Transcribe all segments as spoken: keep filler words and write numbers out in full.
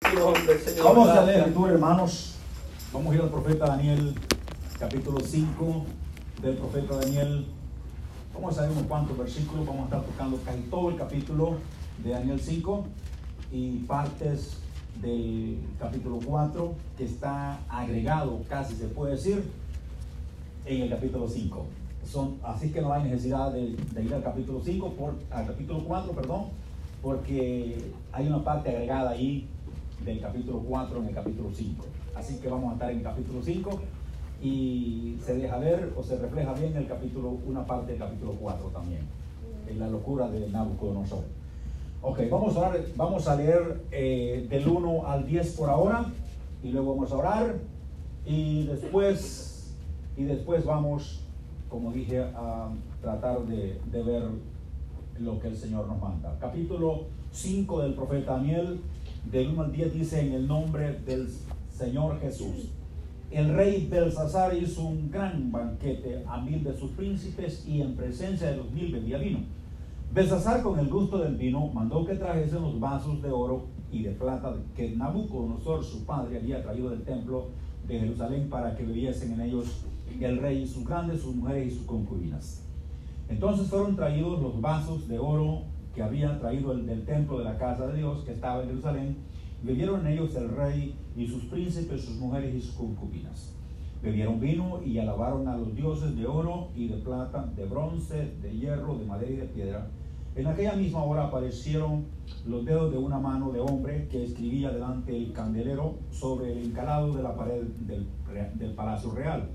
Vamos a leer lectura, hermanos. Vamos a ir al profeta Daniel, capítulo cinco del profeta Daniel. Vamos a ver unos cuantos versículos. Vamos a estar tocando casi todo el capítulo de Daniel cinco y partes del capítulo cuatro, que está agregado, casi se puede decir, en el capítulo cinco. Son, así que no hay necesidad de, de ir al capítulo cinco, por, al capítulo cuatro, perdón, porque hay una parte agregada ahí del capítulo cuatro en el capítulo cinco. Así que vamos a estar en el capítulo cinco y se deja ver o se refleja bien el capítulo, una parte del capítulo cuatro también, en la locura de Nabucodonosor. Ok, vamos a, orar, vamos a leer eh, del uno al diez por ahora y luego vamos a orar y después, y después vamos, como dije, a tratar de, de ver lo que el Señor nos manda. Capítulo cinco del profeta Daniel, del uno al diez, dice: en el nombre del Señor Jesús. El rey Belsasar hizo un gran banquete a mil de sus príncipes y en presencia de los mil bebía vino. Belsasar, con el gusto del vino, mandó que trajesen los vasos de oro y de plata que Nabucodonosor, su padre, había traído del templo de Jerusalén para que bebiesen en ellos el rey y sus grandes, sus mujeres y sus concubinas. Entonces fueron traídos los vasos de oro que había traído el del templo de la casa de Dios que estaba en Jerusalén. Bebieron en ellos el rey y sus príncipes, sus mujeres y sus concubinas. Bebieron vino y alabaron a los dioses de oro y de plata, de bronce, de hierro, de madera y de piedra. En aquella misma hora aparecieron los dedos de una mano de hombre que escribía delante del candelero sobre el encalado de la pared del, del palacio real.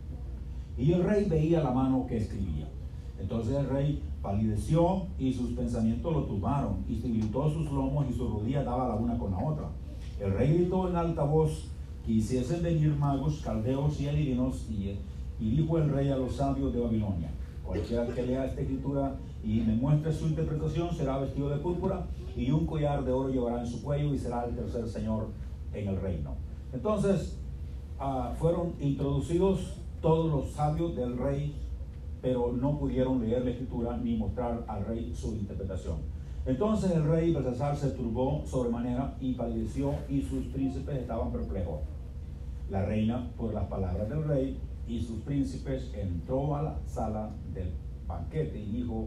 Y el rey veía la mano que escribía. Entonces el rey palideció y sus pensamientos lo turbaron, y se irritó sus lomos y sus rodillas daba la una con la otra. El rey gritó en alta voz que hiciesen venir magos, caldeos y adivinos, y, y dijo el rey a los sabios de Babilonia: cualquiera que lea esta escritura y me muestre su interpretación será vestido de púrpura, y un collar de oro llevará en su cuello, y será el tercer señor en el reino. Entonces uh, fueron introducidos todos los sabios del rey, pero no pudieron leer la escritura ni mostrar al rey su interpretación. Entonces el rey Belsasar se turbó sobremanera y palideció, y sus príncipes estaban perplejos. La reina, por las palabras del rey y sus príncipes, entró a la sala del banquete y dijo: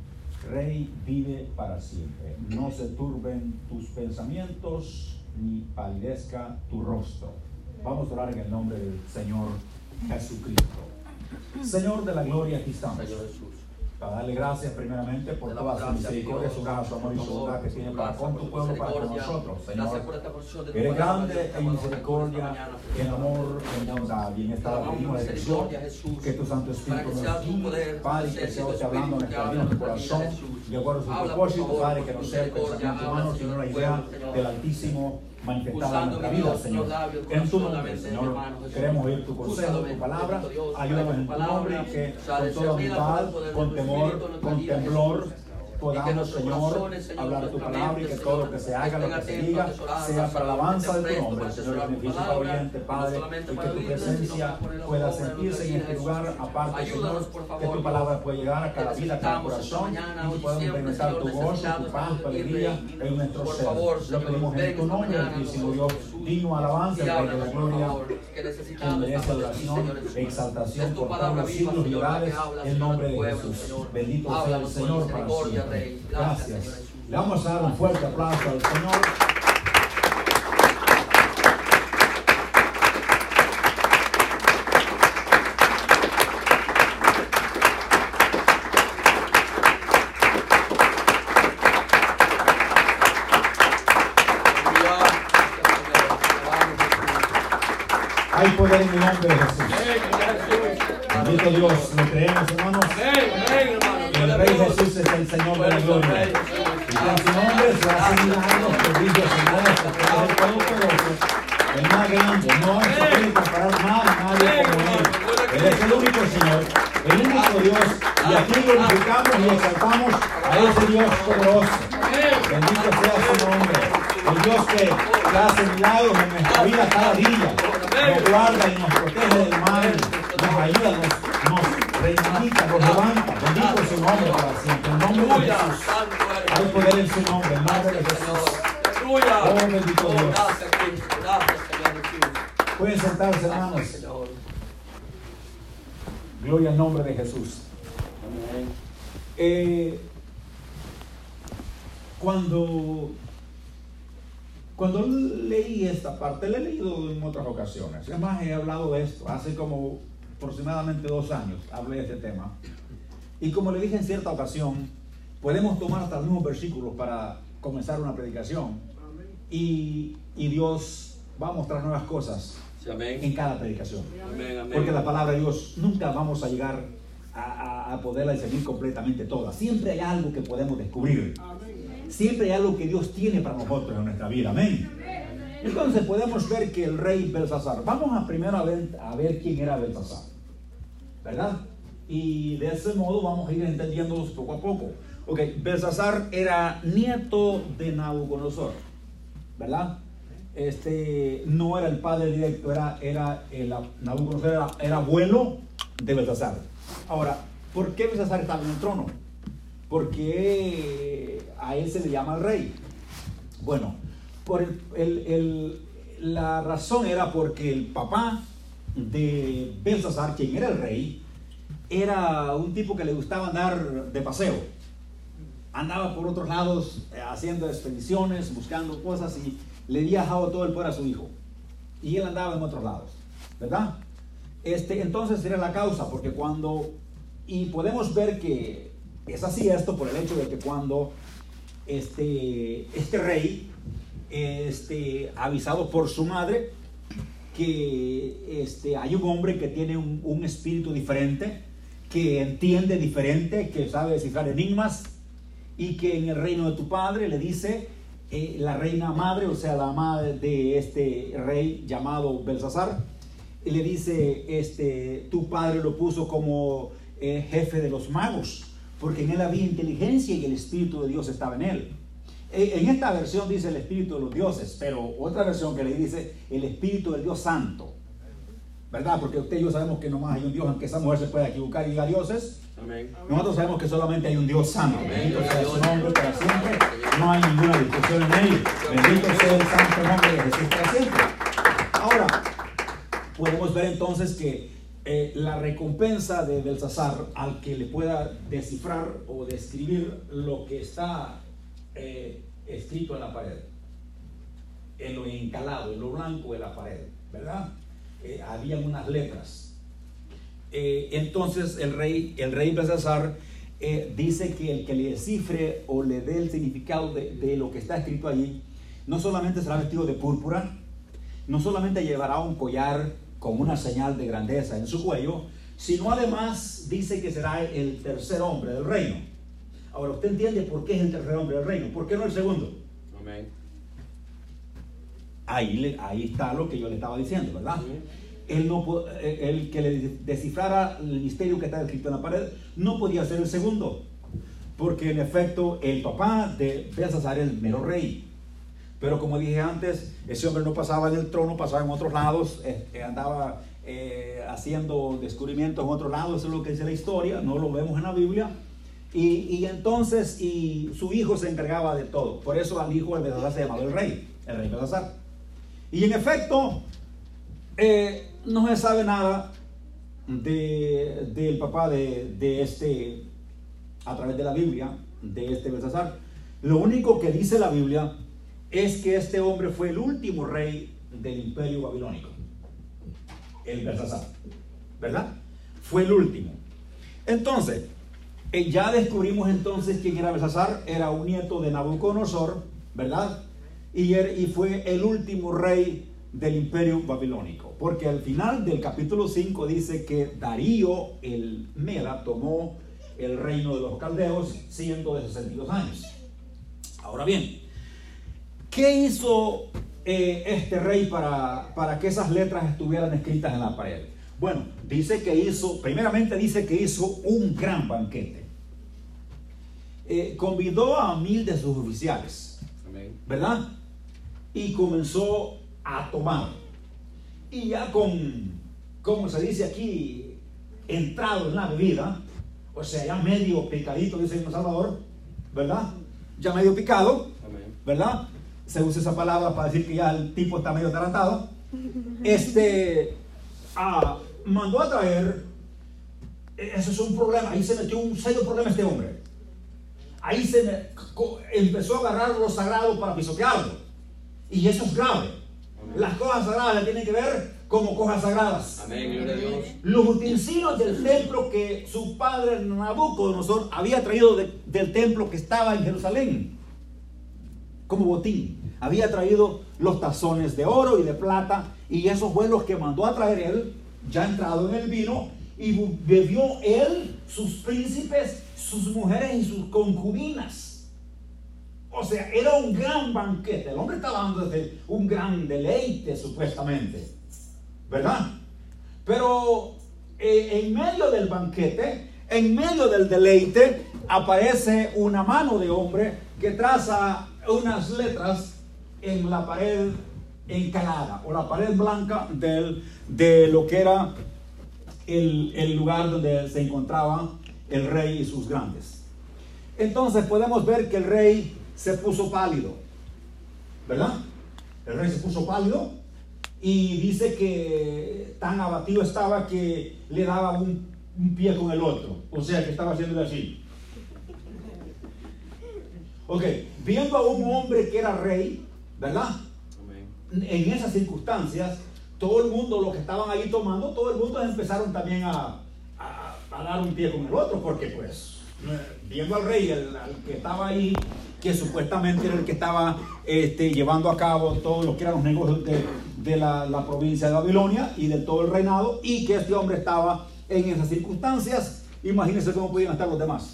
Rey, vive para siempre. No se turben tus pensamientos ni palidezca tu rostro. Vamos a orar en el nombre del Señor Jesucristo. Señor de la gloria, aquí estamos para darle gracias primeramente por toda su misericordia, su gracia, su amor y su bondad que tiene para con tu pueblo, para con nosotros. Señor, eres grande en misericordia, en amor, en bondad. Y en esta hora pedimos de Jesús que tu Santo Espíritu nos guíe, Padre, que sea usted hablando en nuestra vida, en nuestro corazón, de acuerdo a su propósito, Padre, que no sea el pensamiento humano, sino la idea del Altísimo manifestada en nuestra vida, Señor. En tu nombre, Señor, queremos oír tu consejo, tu palabra. Ayúdanos en tu nombre, que con toda humildad, con temor, con temblor, podamos, Señor, hablar tu palabra, y que todo lo que se haga, lo que se diga, sea para la alabanza de tu nombre, Señor. Beneficio para Oriente, Padre, y que tu presencia pueda sentirse en este lugar. Aparte, Señor, que tu palabra pueda llegar a cada vida, a cada corazón, y que podamos experimentar tu gozo, tu paz, tu alegría en nuestro ser. Lo pedimos en tu nombre, Altísimo Dios, digno alabanza, el Rey de la gloria, que merece adoración e exaltación por todos los siglos y edades, en nombre de Jesús. Bendito sea el Señor para siempre. Gracias. Le vamos a dar un fuerte aplauso al Señor. Hay poder en el nombre de Jesús. Bendito Dios, lo creemos, hermanos. El Rey Jesús es el Señor de la gloria. Y con su nombre se hacen milagros, prodigios, señales, porque Él es el Todopoderoso, el más grande. No se puede comparar nada, nadie como Él. Él es el único Señor, el único Dios. Y aquí glorificamos y exaltamos a ese Dios poderoso. Bendito sea su nombre. El Dios que hace milagros en nuestra vida cada día. Nos guarda y nos protege del mal. Nos ayuda, nos, nos reivindica, nos levanta. Bendito es su nombre para siempre. En nombre de Jesús. Hay poder en su nombre. En nombre de Jesús. Aleluya. Oh, bendito Oh, Dios. gracias, Cristo. Gracias, Señor Jesús. Pueden sentarse, hermanos. Gracias, Señor. Gloria al nombre de Jesús. Amén. Eh, cuando, cuando leí esta parte, la he leído en otras ocasiones. Además, he hablado de esto. Hace como aproximadamente dos años hablé de este tema. Y como le dije en cierta ocasión, podemos tomar hasta los mismos versículos para comenzar una predicación. Y, y Dios va a mostrar nuevas cosas Sí, amén. en cada predicación. Amén, amén. Porque la palabra de Dios nunca vamos a llegar a, a, a poderla discernir completamente toda. Siempre hay algo que podemos descubrir. Siempre hay algo que Dios tiene para nosotros en nuestra vida. Amén. Entonces podemos ver que el rey Belsasar, vamos a primero a ver, a ver quién era Belsasar, ¿verdad? Y de ese modo vamos a ir entendiéndolos poco a poco. Ok, Belsasar era nieto de Nabucodonosor, ¿verdad? Este no era el padre directo, era, era el, Nabucodonosor era, era abuelo de Belsasar. Ahora, ¿por qué Belsasar estaba en el trono? Porque a él se le llama el rey. Bueno, por el, el, el, la razón era porque el papá de Belsasar, quien era el rey, era un tipo que le gustaba andar de paseo. Andaba por otros lados eh, haciendo expediciones, buscando cosas, y le había dejado todo el poder a su hijo. Y él andaba en otros lados, ¿verdad? Este, entonces era la causa, porque cuando, y podemos ver que es así esto por el hecho de que cuando este, este rey, este, avisado por su madre, que este, hay un hombre que tiene un, un espíritu diferente, que entiende diferente, que sabe descifrar enigmas, y que en el reino de tu padre le dice eh, la reina madre, o sea la madre de este rey llamado Belsasar, y le dice, este, tu padre lo puso como eh, jefe de los magos, porque en él había inteligencia y el espíritu de Dios estaba en él. Eh, en esta versión dice el espíritu de los dioses, pero otra versión que le dice el espíritu del Dios santo, ¿verdad? Porque usted y yo sabemos que nomás hay un Dios, aunque esa mujer se pueda equivocar y diga dioses. Amén. Nosotros sabemos que solamente hay un Dios santo. Amén. Bendito sea su nombre para siempre. No hay ninguna discusión en él. Bendito sea el santo nombre de Jesús para siempre. Ahora, podemos ver entonces que eh, la recompensa de Belsasar al que le pueda descifrar o describir lo que está eh, escrito en la pared, en lo encalado, en lo blanco de la pared, ¿verdad? Eh, habían unas letras. Eh, entonces el rey, el rey Belsasar eh, dice que el que le descifre o le dé el significado de, de lo que está escrito allí, no solamente será vestido de púrpura, no solamente llevará un collar con una señal de grandeza en su cuello, sino además dice que será el tercer hombre del reino. Ahora, ¿usted entiende por qué es el tercer hombre del reino? ¿Por qué no el segundo? Amén. Ahí, le, ahí está lo que yo le estaba diciendo, ¿verdad? Sí. Él no, el que le descifrara el misterio que está escrito en la pared no podía ser el segundo, porque en efecto el papá de Belsasar era el mero rey. Pero como dije antes, ese hombre no pasaba en el trono, pasaba en otros lados, eh, andaba eh, haciendo descubrimientos en otros lados. Eso es lo que dice la historia, no lo vemos en la Biblia. Y, y entonces y su hijo se encargaba de todo. Por eso al hijo de Belsasar se llamaba el rey, el rey Belsasar. Y en efecto, eh, no se sabe nada de, del papá de, de este, a través de la Biblia, de este Belsasar. Lo único que dice la Biblia es que este hombre fue el último rey del imperio babilónico, el Belsasar, ¿verdad? Fue el último. Entonces, eh, ya descubrimos entonces quién era Belsasar. Era un nieto de Nabucodonosor, ¿verdad? Y, er, y fue el último rey del imperio babilónico, porque al final del capítulo cinco dice que Darío el Meda tomó el reino de los caldeos siendo de sesenta y dos años. Ahora bien, ¿qué hizo eh, este rey para, para que esas letras estuvieran escritas en la pared? Bueno, dice que hizo, primeramente dice que hizo un gran banquete. Eh, convidó a mil de sus oficiales, Amén. ¿verdad? Y comenzó a tomar. Y ya con, como se dice aquí, entrado en la bebida, o sea, ya medio picadito, dice el Salvador, ¿verdad? Ya medio picado, Amén. ¿verdad? se usa esa palabra para decir que ya el tipo está medio atarantado, este, ah, mandó a traer, eso es un problema, ahí se metió un serio problema este hombre. Ahí se me, empezó a agarrar lo sagrado para pisotearlo. Y eso es grave. Las cosas sagradas tienen que ver como cosas sagradas. Amén, gloria a Dios. Los utensilios del templo que su padre Nabucodonosor había traído de, del templo que estaba en Jerusalén como botín. Había traído los tazones de oro y de plata, y esos fue los que mandó a traer él, ya entrado en el vino, y bebió él, sus príncipes, sus mujeres y sus concubinas. O sea, era un gran banquete. El hombre estaba dando desde un gran deleite, supuestamente, ¿verdad? Pero eh, en medio del banquete, en medio del deleite, aparece una mano de hombre que traza unas letras en la pared encalada, o la pared blanca del, de lo que era el, el lugar donde se encontraba el rey y sus grandes. Entonces podemos ver que el rey se puso pálido, ¿verdad? El rey se puso pálido y dice que tan abatido estaba que le daba un, un pie con el otro, o sea que estaba haciéndole así. Ok, viendo a un hombre que era rey, ¿verdad? Amén. En esas circunstancias, todo el mundo, los que estaban ahí tomando, todo el mundo empezaron también a, a, a dar un pie con el otro, porque pues, viendo al rey, el, el que estaba ahí, que supuestamente era el que estaba este, llevando a cabo todos los que eran los negocios de, de la, la provincia de Babilonia y de todo el reinado, y que este hombre estaba en esas circunstancias, imagínense cómo podían estar los demás,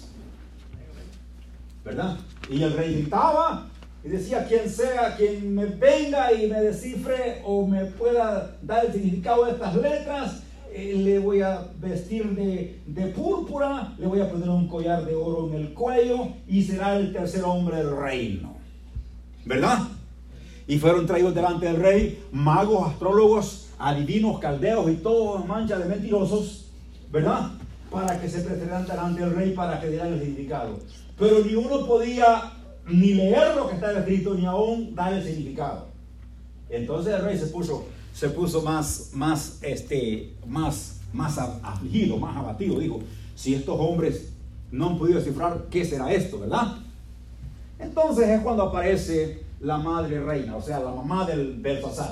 ¿verdad? Y el rey gritaba y decía: quien sea, quien me venga y me descifre o me pueda dar el significado de estas letras, eh, le voy a vestir de, de púrpura, le voy a poner un collar de oro en el cuello y será el tercer hombre del reino, ¿verdad? Y fueron traídos delante del rey magos, astrólogos, adivinos, caldeos y toda mancha de mentirosos, ¿verdad? Para que se presentaran delante del rey para que dieran el significado. Pero ni uno podía ni leer lo que estaba escrito, ni aún dar el significado. Entonces el rey se puso, se puso más, más, este, más, más afligido, más abatido. Dijo: si estos hombres no han podido descifrar, ¿qué será esto, verdad? Entonces es cuando aparece la madre reina, o sea, la mamá del Belsasar,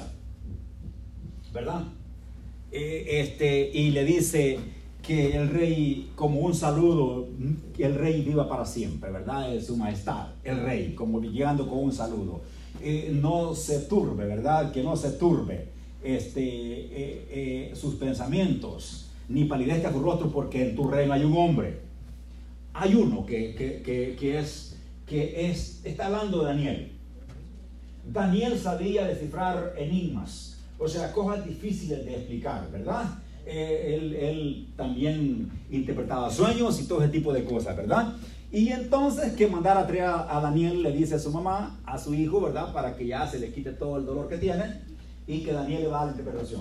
¿verdad? Eh, este, y le dice que el rey, como un saludo, que el rey viva para siempre, ¿verdad? Es su majestad, el rey, como llegando con un saludo. Eh, no se turbe, ¿verdad? Que no se turbe este, eh, eh, sus pensamientos, ni palidezca su rostro, porque en tu reino hay un hombre. Hay uno que, que, que, que, es, que es, está hablando de Daniel. Daniel sabía descifrar enigmas, o sea, cosas difíciles de explicar, ¿verdad? Eh, él, él también interpretaba sueños y todo ese tipo de cosas, ¿verdad? Y entonces que mandara a traer a, a Daniel, le dice a su mamá, a su hijo, ¿verdad? Para que ya se le quite todo el dolor que tiene, y que Daniel le va a dar la interpretación.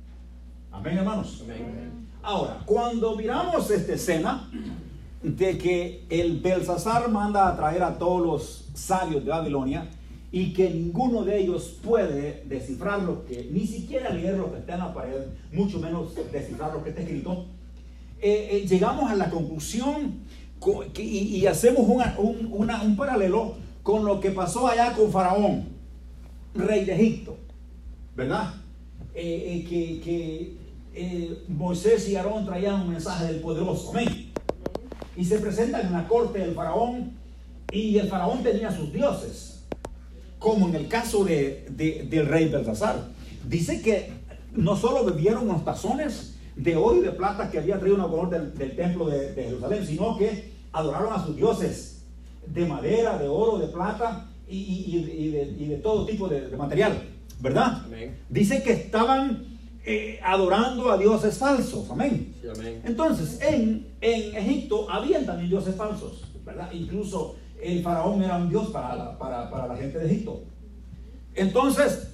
Amén, hermanos. Amén. Ahora, cuando miramos esta escena de que el Belsasar manda a traer a todos los sabios de Babilonia, y que ninguno de ellos puede descifrar lo que, ni siquiera leer lo que está en la pared, mucho menos descifrar lo que está escrito, eh, eh, llegamos a la conclusión que, y, y hacemos una, un, una, un paralelo con lo que pasó allá con Faraón, rey de Egipto, ¿verdad? Eh, eh, que que eh, Moisés y Aarón traían un mensaje del poderoso, amén, y se presentan en la corte del Faraón, y el Faraón tenía sus dioses, como en el caso de, de, del rey Belsasar. Dice que no solo bebieron los tazones de oro y de plata que había traído Nabucodonosor del, del templo de, de Jerusalén, sino que adoraron a sus dioses de madera, de oro, de plata y, y, y, de, y de todo tipo de, de material, ¿verdad? Amén. Dice que estaban eh, adorando a dioses falsos, amén. Sí, amén. Entonces en, en Egipto habían también dioses falsos, ¿verdad? Incluso el faraón era un dios para la, para, para la gente de Egipto. Entonces,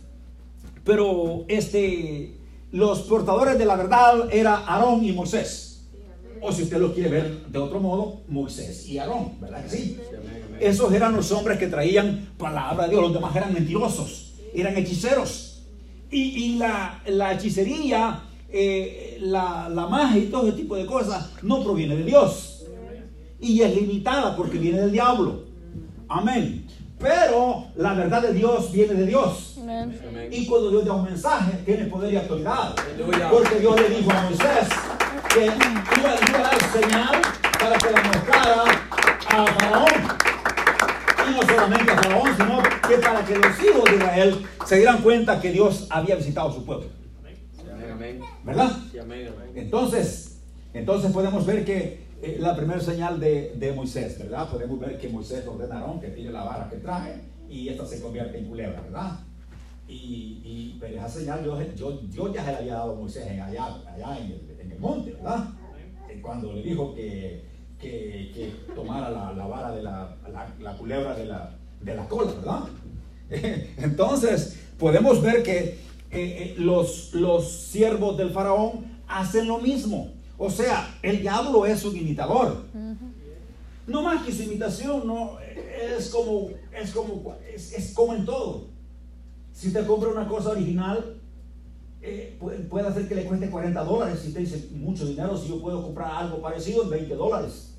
pero este, los portadores de la verdad era Aarón y Moisés. O si usted lo quiere ver de otro modo, Moisés y Aarón, ¿verdad que sí? Esos eran los hombres que traían palabra de Dios. Los demás eran mentirosos, eran hechiceros. Y, y la, la hechicería, eh, la, la magia y todo ese tipo de cosas no proviene de Dios. Y es limitada porque viene del diablo. Amén. Pero la verdad de Dios viene de Dios. Amén. Y cuando Dios da un mensaje, tiene poder y autoridad. Porque Dios le dijo a Moisés que iba a dar señal para que la mostrara a Faraón. Y no solamente a Faraón, sino que para que los hijos de Israel se dieran cuenta que Dios había visitado a su pueblo. ¿Verdad? Entonces, entonces podemos ver que eh, la primera señal de, de Moisés, ¿verdad? Podemos ver que Moisés ordena a Aarón que tire la vara que traje y esta se convierte en culebra, ¿verdad? Y, y pero esa señal yo, yo, yo ya se la había dado a Moisés en allá, allá en, el, en el monte, ¿verdad? Cuando le dijo que, que, que tomara la, la vara de la, la, la culebra de la, de la cola, ¿verdad? Entonces podemos ver que eh, eh, los, los siervos del faraón hacen lo mismo. O sea, el diablo es un imitador. No más que su imitación, no, es como, es como, es, es como en todo. Si usted compra una cosa original, eh, puede, puede hacer que le cueste cuarenta dólares. Si usted dice mucho dinero, si yo puedo comprar algo parecido en veinte dólares.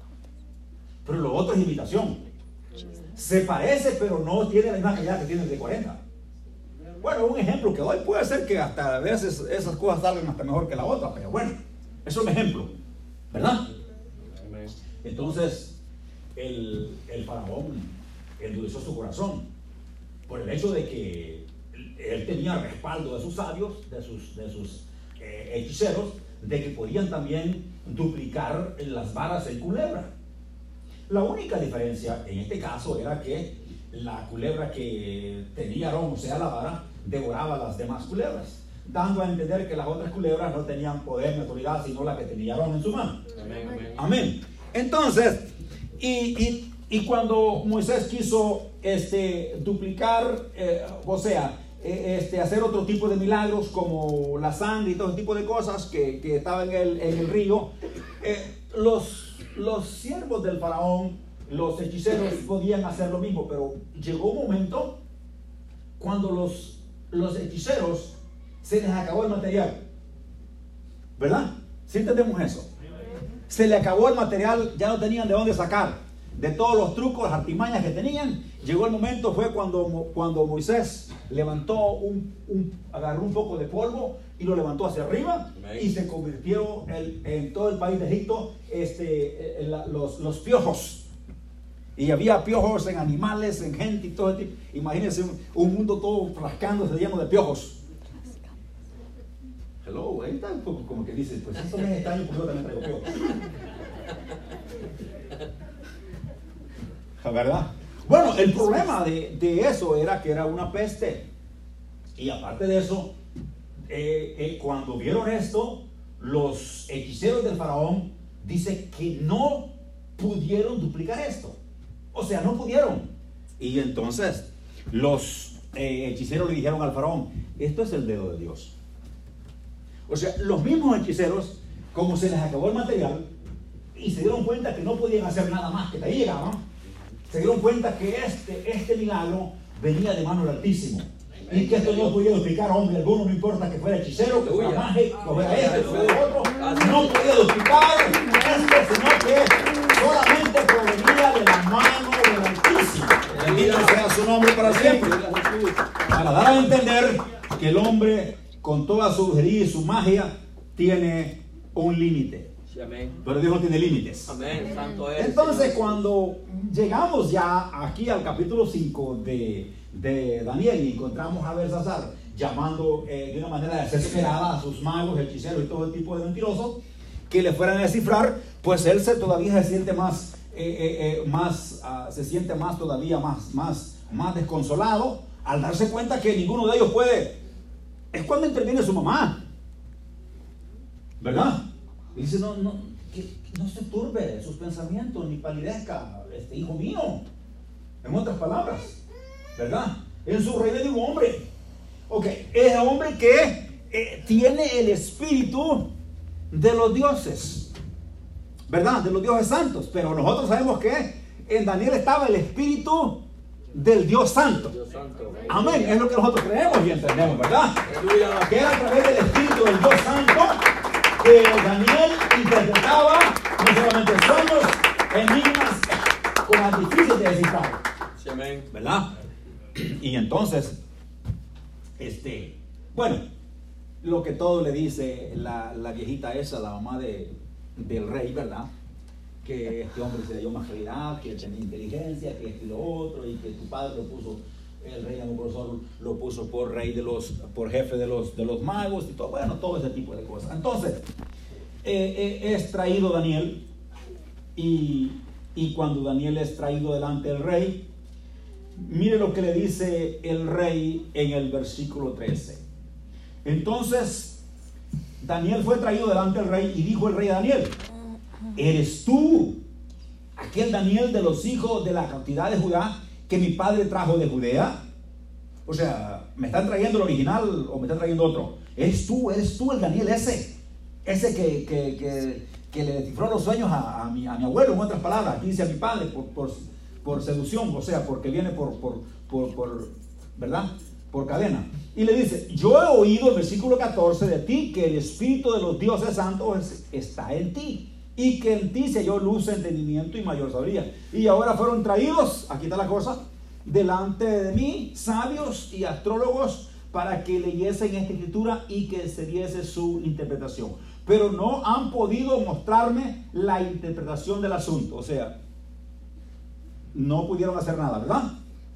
Pero lo otro es imitación. Se parece, pero no tiene la misma calidad que tiene el de cuarenta. Bueno, un ejemplo que doy, puede ser que hasta a veces esas cosas salgan hasta mejor que la otra, pero bueno, eso es un ejemplo, ¿verdad? Entonces, el, el faraón endureció su corazón por el hecho de que él tenía respaldo de sus sabios, de sus, de sus eh, hechiceros, de que podían también duplicar las varas en culebra. La única diferencia en este caso era que la culebra que tenía Aarón, o sea la vara, devoraba las demás culebras, dando a entender que las otras culebras no tenían poder ni autoridad, sino la que tenía Aarón en su mano. Amén. Amén. Amén. Entonces, y, y, y cuando Moisés quiso este, duplicar, eh, o sea, eh, este, hacer otro tipo de milagros como la sangre y todo ese tipo de cosas que, que estaban en el, en el río, eh, los, los siervos del faraón, los hechiceros podían hacer lo mismo, pero llegó un momento cuando los, los hechiceros se les acabó el material, ¿verdad? ¿Sí entendemos eso? Se le acabó el material, ya no tenían de dónde sacar. De todos los trucos, las artimañas que tenían, llegó el momento, fue cuando, cuando Moisés levantó un, un, agarró un poco de polvo y lo levantó hacia arriba y se convirtió el, en todo el país de Egipto este, en la, los, los piojos. Y había piojos en animales, en gente y todo. Imagínense un, un mundo todo rascándose lleno de piojos. Hello, ahí está un poco como que dice, pues esto me es extraño porque yo también traigo piojos. ¿Verdad? Bueno, el problema de, de eso era que era una peste. Y aparte de eso, eh, eh, cuando vieron esto, los hechiceros del faraón dice que no pudieron duplicar esto. O sea, no pudieron. Y entonces los eh, hechiceros le dijeron al faraón, esto es el dedo de Dios. O sea, los mismos hechiceros, como se les acabó el material y se dieron cuenta que no podían hacer nada más, que de ahí llegaban, se dieron cuenta que este, este milagro venía de mano del Altísimo. Y que esto no podía duplicar a hombre alguno, no importa que fuera hechicero, que fuera mágico, que fuera este, que fuera otro, no podía duplicar este, sino que solamente provenía de la mano del Altísimo. Bendito sea su nombre para siempre. Para dar a entender que el hombre, con toda su brujería y su magia, tiene un límite. Pero Dios no tiene límites. Amén. Santo es. Entonces, cuando llegamos ya aquí al capítulo cinco de, de Daniel y encontramos a Belsasar llamando eh, de una manera desesperada a sus magos, hechiceros y todo el tipo de mentirosos que le fueran a descifrar, pues él se todavía se siente más, eh, eh, eh, más uh, se siente más todavía más, más, más desconsolado al darse cuenta que ninguno de ellos puede. Es cuando interviene su mamá, ¿verdad? Y dice, no, no, que no se turbe sus pensamientos, ni palidezca, este hijo mío. En otras palabras, ¿verdad? En su reino de un hombre. Ok, es un hombre que eh, tiene el espíritu de los dioses. ¿verdad? De los dioses santos. Pero nosotros sabemos que en Daniel estaba el espíritu del Dios Santo. Dios santo. Amén. Es lo que nosotros creemos y entendemos, ¿verdad? Aleluya. Que era a través del espíritu del Dios Santo que Daniel interpretaba no solamente sueños, enigmas, como difíciles de descifrar, Sí, amén. ¿verdad? Y entonces, este, bueno, lo que todo le dice la, la viejita esa, la mamá de, del rey, ¿verdad? Que este hombre se dio más calidad, que tenía inteligencia, que esto y lo otro, y que tu padre lo puso, el rey Nabucodonosor lo puso por rey de los, por jefe de los, de los magos y todo, bueno, todo ese tipo de cosas. Entonces, eh, eh, es traído Daniel, y, y cuando Daniel es traído delante del rey, mire lo que le dice el rey en el versículo trece. Entonces, Daniel fue traído delante del rey y dijo el rey a Daniel: ¿eres tú aquel Daniel de los hijos de la cautividad de Judá que mi padre trajo de Judea? O sea, ¿me están trayendo el original o me están trayendo otro? ¿Eres tú, eres tú el Daniel ese? Ese que, que, que, que le descifró los sueños a, a, mi, a mi abuelo, en otras palabras. Aquí dice a mi padre por, por, por seducción, o sea, porque viene por, por, por, por, ¿verdad? Por cadena. Y le dice: yo he oído, el versículo catorce, de ti, que el espíritu de los dioses santos está en ti, y que en ti se halló luz, entendimiento y mayor sabiduría. Y ahora fueron traídos, aquí está la cosa, delante de mí sabios y astrólogos para que leyesen esta escritura y que se diese su interpretación. Pero no han podido mostrarme la interpretación del asunto. O sea, no pudieron hacer nada, ¿verdad?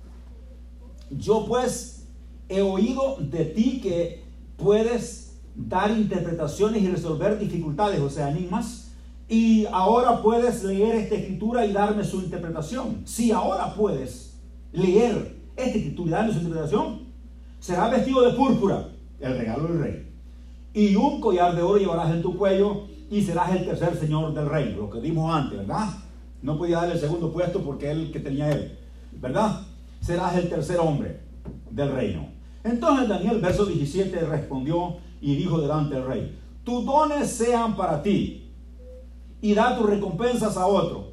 Yo pues he oído de ti que puedes dar interpretaciones y resolver dificultades, o sea, enigmas. Y ahora puedes leer esta escritura y darme su interpretación. Si ahora puedes leer esta escritura y darme su interpretación, serás vestido de púrpura, el regalo del rey, y un collar de oro llevarás en tu cuello, y serás el tercer señor del reino. Lo que dimos antes, ¿verdad? No podía darle el segundo puesto porque él que tenía él, ¿verdad? Serás el tercer hombre del reino. Entonces Daniel, verso diecisiete, respondió y dijo delante del rey: tus dones sean para ti, y da tus recompensas a otro.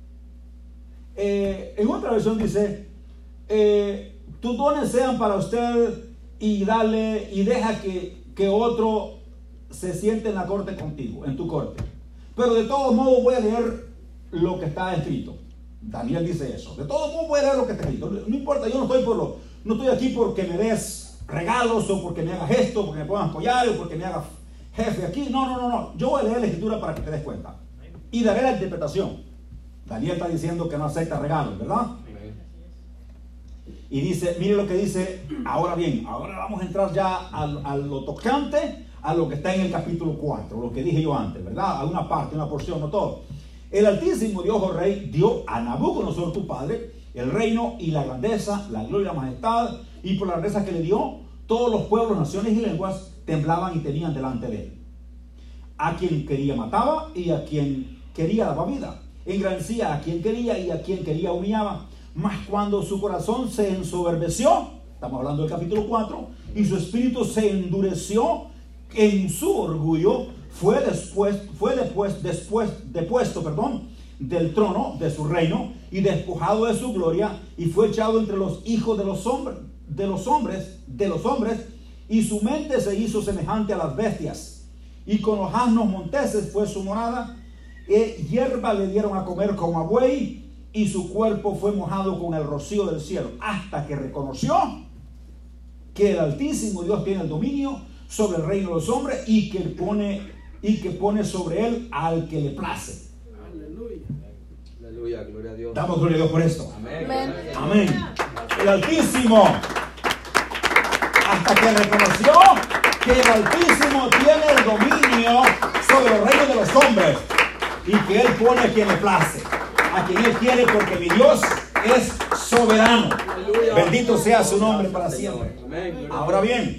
Eh, en otra versión dice: eh, tus dones sean para usted, y dale, y deja que, que otro se siente en la corte contigo, en tu corte. Pero de todos modos voy a leer lo que está escrito. Daniel dice eso: de todos modos voy a leer lo que está escrito. No importa, yo no estoy por lo, no estoy aquí porque me des regalos, o porque me hagas esto, porque me pongas collar, o porque me hagas jefe aquí. No, no, no, no. Yo voy a leer la escritura para que te des cuenta, y daré la interpretación. Daniel está diciendo que no acepta regalos, ¿verdad? Y dice, mire lo que dice. Ahora bien, ahora vamos a entrar ya a, a lo tocante a lo que está en el capítulo cuatro, lo que dije yo antes, ¿verdad? A una parte, una porción, no todo. El Altísimo Dios, oh Rey, dio a Nabucodonosor tu padre el reino y la grandeza, la gloria y la majestad, y por la grandeza que le dio, todos los pueblos, naciones y lenguas temblaban y tenían delante de él. A quien quería mataba, y a quien quería daba vida. Engrandecía a quien quería, y a quien quería humillaba. Mas cuando su corazón se ensoberbeció, estamos hablando del capítulo cuatro, y su espíritu se endureció en su orgullo, fue después, fue después, después, depuesto, perdón, del trono de su reino, y despojado de su gloria, y fue echado entre los hijos de los hombres, de los hombres, de los hombres, y su mente se hizo semejante a las bestias, y con los asnos monteses fue su morada, y hierba le dieron a comer como a buey, y su cuerpo fue mojado con el rocío del cielo, hasta que reconoció que el Altísimo Dios tiene el dominio sobre el reino de los hombres, y que pone, y que pone sobre él al que le place. Aleluya. Aleluya, gloria a Dios. Damos gloria a Dios por esto. Amén. Amén. El Altísimo, hasta que reconoció que el Altísimo tiene el dominio sobre el reino de los hombres, y que él pone a quien le place, a quien él quiere, porque mi Dios es soberano. Aleluya. Bendito sea su nombre para siempre. Amén. Ahora bien,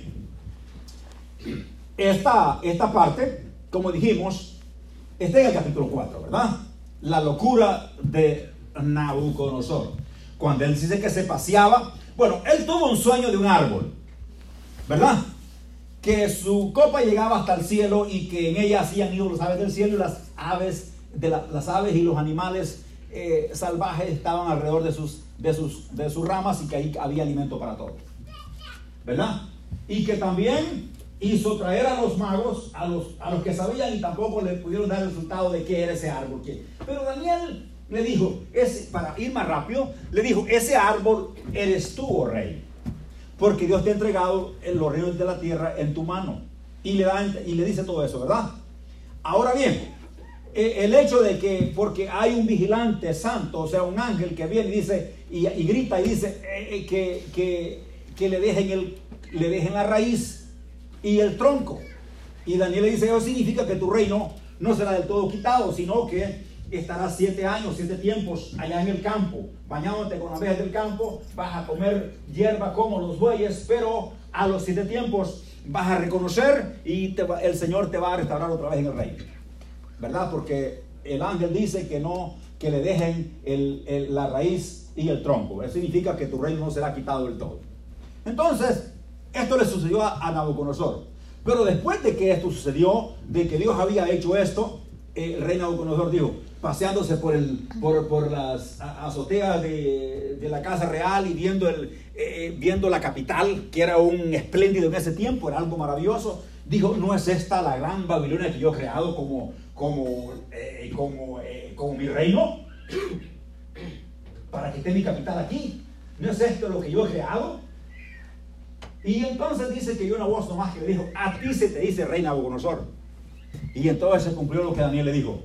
esta, esta parte, como dijimos, está en el capítulo cuatro, ¿verdad? La locura de Nabucodonosor. Cuando él dice que se paseaba, bueno, él tuvo un sueño de un árbol, ¿verdad? Que su copa llegaba hasta el cielo, y que en ella hacían nido las aves del cielo, y las aves de la, las aves y los animales eh, salvajes estaban alrededor de sus, de, sus, de sus ramas y que ahí había alimento para todos, ¿verdad? Y que también hizo traer a los magos, a los, a los que sabían y tampoco le pudieron dar el resultado de qué era ese árbol. Pero Daniel le dijo, ese, para ir más rápido, le dijo, ese árbol eres tú, oh rey, porque Dios te ha entregado en los reinos de la tierra en tu mano. Y le, da, y le dice todo eso, ¿verdad? Ahora bien, el hecho de que, porque hay un vigilante santo, o sea, un ángel que viene y dice, y, y grita y dice eh, que, que, que le, dejen el, le dejen la raíz y el tronco. Y Daniel le dice, eso significa que tu reino no será del todo quitado, sino que estarás siete años, siete tiempos allá en el campo, bañándote con abejas del campo, vas a comer hierba como los bueyes, pero a los siete tiempos vas a reconocer y te va, el Señor te va a restaurar otra vez en el reino, ¿verdad? Porque el ángel dice que no, que le dejen el, el, la raíz y el tronco. Eso significa que tu reino no será quitado del todo. Entonces, esto le sucedió a, a Nabucodonosor. Pero después de que esto sucedió, de que Dios había hecho esto, el rey Nabucodonosor dijo, paseándose por, el, por, por las azoteas de, de la casa real y viendo, el, eh, viendo la capital, que era un espléndido en ese tiempo, era algo maravilloso, dijo, ¿no es esta la gran Babilonia que yo he creado como, como, eh, como, eh, como mi reino? Para que esté mi capital aquí. ¿No es esto lo que yo he creado? Y entonces dice que oyó una voz nomás que le dijo, a ti se te dice rey Nabucodonosor. Y entonces se cumplió lo que Daniel le dijo.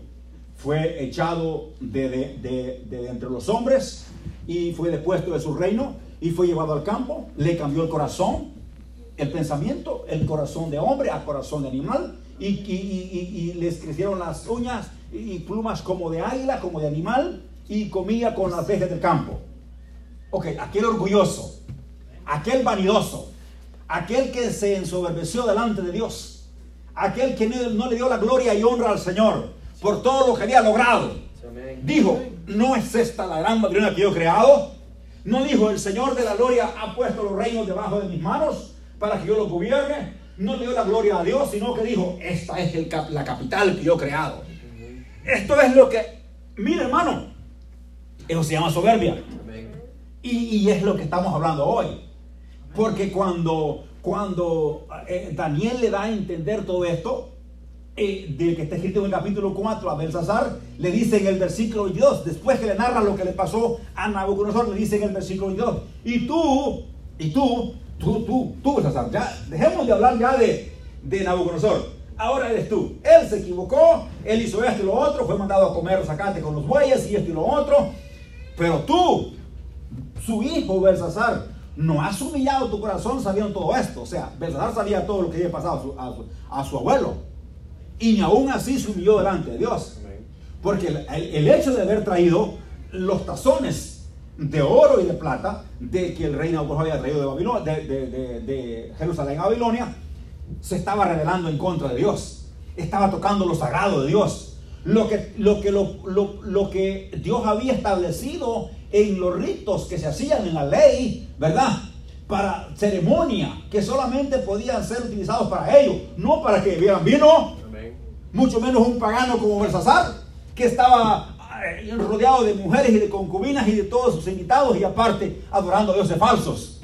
Fue echado de, de, de, de entre los hombres y fue depuesto de su reino y fue llevado al campo. Le cambió el corazón, el pensamiento, el corazón de hombre a corazón de animal y, y, y, y les crecieron las uñas y plumas como de águila, como de animal, y comía con las abejas del campo. Ok, aquel orgulloso, aquel vanidoso, aquel que se ensoberbeció delante de Dios, aquel que no, no le dio la gloria y honra al Señor por todo lo que había logrado, dijo, ¿no es esta la gran Babilonia que yo he creado? ¿No dijo, el Señor de la gloria ha puesto los reinos debajo de mis manos para que yo los gobierne? No le dio la gloria a Dios, sino que dijo, esta es el cap la capital que yo he creado. Esto es lo que, mire hermano, eso se llama soberbia. Y, y es lo que estamos hablando hoy. Porque cuando, cuando eh, Daniel le da a entender todo esto, eh, de que está escrito en el capítulo cuatro a Belsasar, le dice en el versículo veintidós, después que le narra lo que le pasó a Nabucodonosor, le dice en el versículo veintidós, y tú, y tú, tú, tú, tú, Belsasar, ya, dejemos de hablar ya de, de Nabucodonosor, ahora eres tú. Él se equivocó, él hizo esto y lo otro, fue mandado a comer zacate con los bueyes y esto y lo otro, pero tú, su hijo Belsasar, no has humillado tu corazón sabiendo todo esto. O sea, Belsasar sabía todo lo que había pasado a su, a su, a su abuelo, y ni aún así se humilló delante de Dios. Porque el, el, el hecho de haber traído los tazones de oro y de plata de que el rey Nabucodonosor había traído de, Babilonia, de, de, de, de Jerusalén a Babilonia, se estaba rebelando en contra de Dios, estaba tocando lo sagrado de Dios, lo que, lo que, lo, lo, lo que Dios había establecido en los ritos que se hacían en la ley, ¿verdad? Para ceremonia, que solamente podían ser utilizados para ellos, no para que bebieran vino. Amén. Mucho menos un pagano como Belsasar, que estaba rodeado de mujeres y de concubinas y de todos sus invitados, y aparte adorando a dioses falsos.